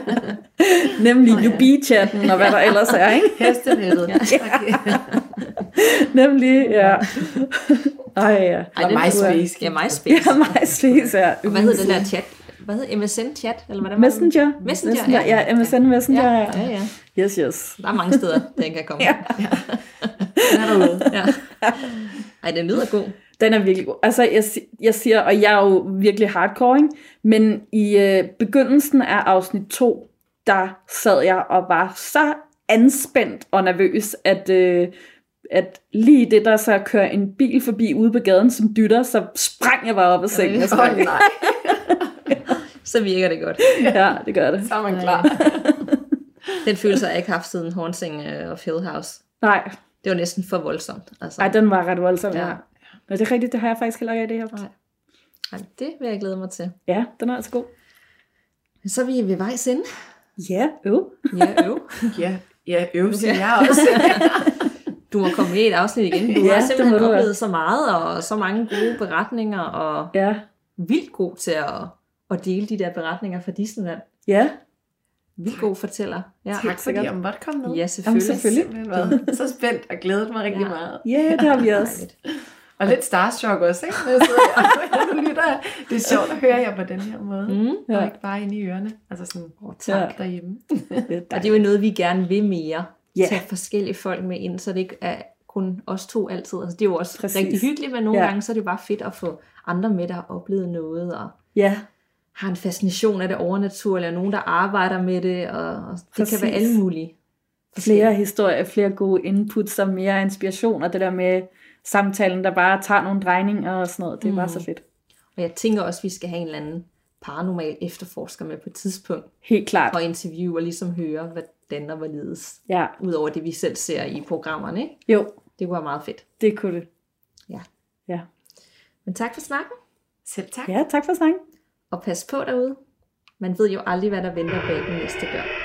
Nemlig UB-chatten og hvad der ellers er, ikke? Hestenettet. Okay. Nemlig, ja. Ej, ja. Ej, MySpace. Ja, MySpace. Ja, MySpace, ja. Og hvad hedder den der chat? Hvad hedder MSN-chat? Eller hvad der Messenger. Var Messenger, ja. MSN Messenger, ja. Ja. Yes. Der er mange steder, den kan komme. Ja. Den er derude. Ja. Ej, den lyder god. Den er virkelig god. Altså, jeg siger, og jeg er jo virkelig hardcore, ikke? Men i begyndelsen af afsnit 2, der sad jeg og var så anspændt og nervøs, at lige det, der så kører en bil forbi ude på gaden, som dytter, så sprang jeg bare op af sengen. Nej. Så virker det godt. Ja, det gør det. Så er man klar. Den følelse har jeg ikke haft siden Haunting of Hill House. Nej. Det var næsten for voldsomt. Altså. Ej, den var ret voldsom, ja. Ja. Men det er rigtigt, det har jeg faktisk heller ikke i det her. Nej, det vil jeg glæde mig til. Ja, den er altså god. Så er vi ved vejs ende. Ja, Ja, øv siger jeg også. Du må komme med i et afsnit igen. Du har simpelthen oplevet så meget, og så mange gode beretninger, og vildt god til at dele de der beretninger fra Disneyland. Ja. Vildt god fortæller. Ja, tak fordi jeg måtte komme med. Ja, selvfølgelig. Jeg har været så spændt og glædet mig rigtig meget. Ja, det har vi også. Og lidt starstruck også, ikke? Når jeg sidder og lytter. Det er sjovt at høre jer på den her måde. Og ikke bare inde i ørerne. Altså sådan, tak derhjemme. Og det er jo noget, vi gerne vil mere. Tage forskellige folk med ind, så det ikke er kun os to altid. Altså, det er jo også rigtig hyggeligt, men nogle gange så er det bare fedt at få andre med, der har oplevet noget, og har en fascination af det overnaturlige, og nogen, der arbejder med det, og det kan være alle mulige. Flere historier, flere gode inputs, og mere inspiration, og det der med samtalen, der bare tager nogle drejninger og sådan noget, det er bare så fedt. Og jeg tænker også, at vi skal have en eller anden paranormal efterforsker med på et tidspunkt. Helt klart. Og interviewe og ligesom høre, hvordan der var ledes. Ja. Udover det, vi selv ser i programmerne, ikke? Jo. Det kunne være meget fedt. Det kunne det. Ja. Men tak for snakken. Selv tak. Ja, tak for snakken. Og pas på derude. Man ved jo aldrig, hvad der venter bag den næste dør.